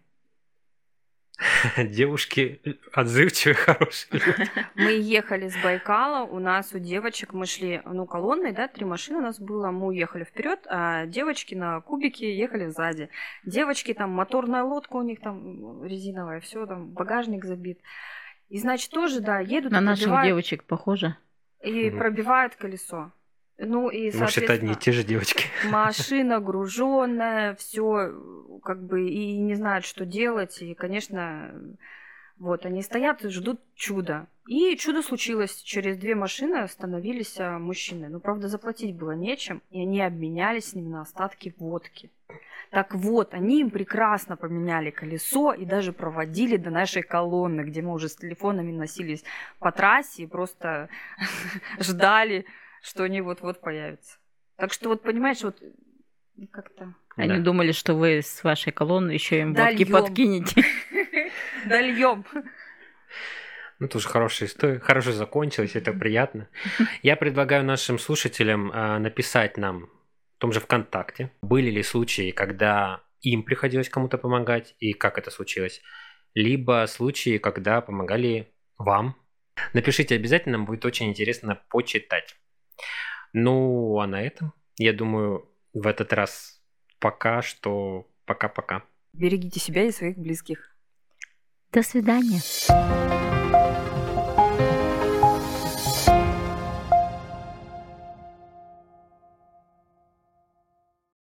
[SPEAKER 1] Девушки отзывчивые, хорошие люди.
[SPEAKER 2] Мы ехали с Байкала, у нас у девочек, мы шли, колонной, 3 машины у нас было, мы уехали вперед, а девочки на кубике ехали сзади. Девочки, там моторная лодка у них там резиновая, все там, багажник забит. И, значит, тоже, едут.
[SPEAKER 3] На наших девочек похоже.
[SPEAKER 2] И пробивают колесо. И,
[SPEAKER 1] может, это одни и те же девочки.
[SPEAKER 2] Машина груженная, все и не знают, что делать. И, конечно, они стоят и ждут чуда. И чудо случилось. Через 2 машины остановились мужчины. Правда, заплатить было нечем, и они обменялись с ними на остатки водки. Так вот, они им прекрасно поменяли колесо и даже проводили до нашей колонны, где мы уже с телефонами носились по трассе и просто ждали, что они вот-вот появятся. Так что понимаешь, как-то...
[SPEAKER 3] Они думали, что вы с вашей колонны еще им водки подкинете.
[SPEAKER 2] Дольем.
[SPEAKER 1] Тоже хорошая история. Хорошо закончилась, это приятно. Я предлагаю нашим слушателям написать нам в том же ВКонтакте, были ли случаи, когда им приходилось кому-то помогать, и как это случилось, либо случаи, когда помогали вам. Напишите обязательно, нам будет очень интересно почитать. А на этом, я думаю, в этот раз пока что пока-пока.
[SPEAKER 2] Берегите себя и своих близких.
[SPEAKER 3] До свидания.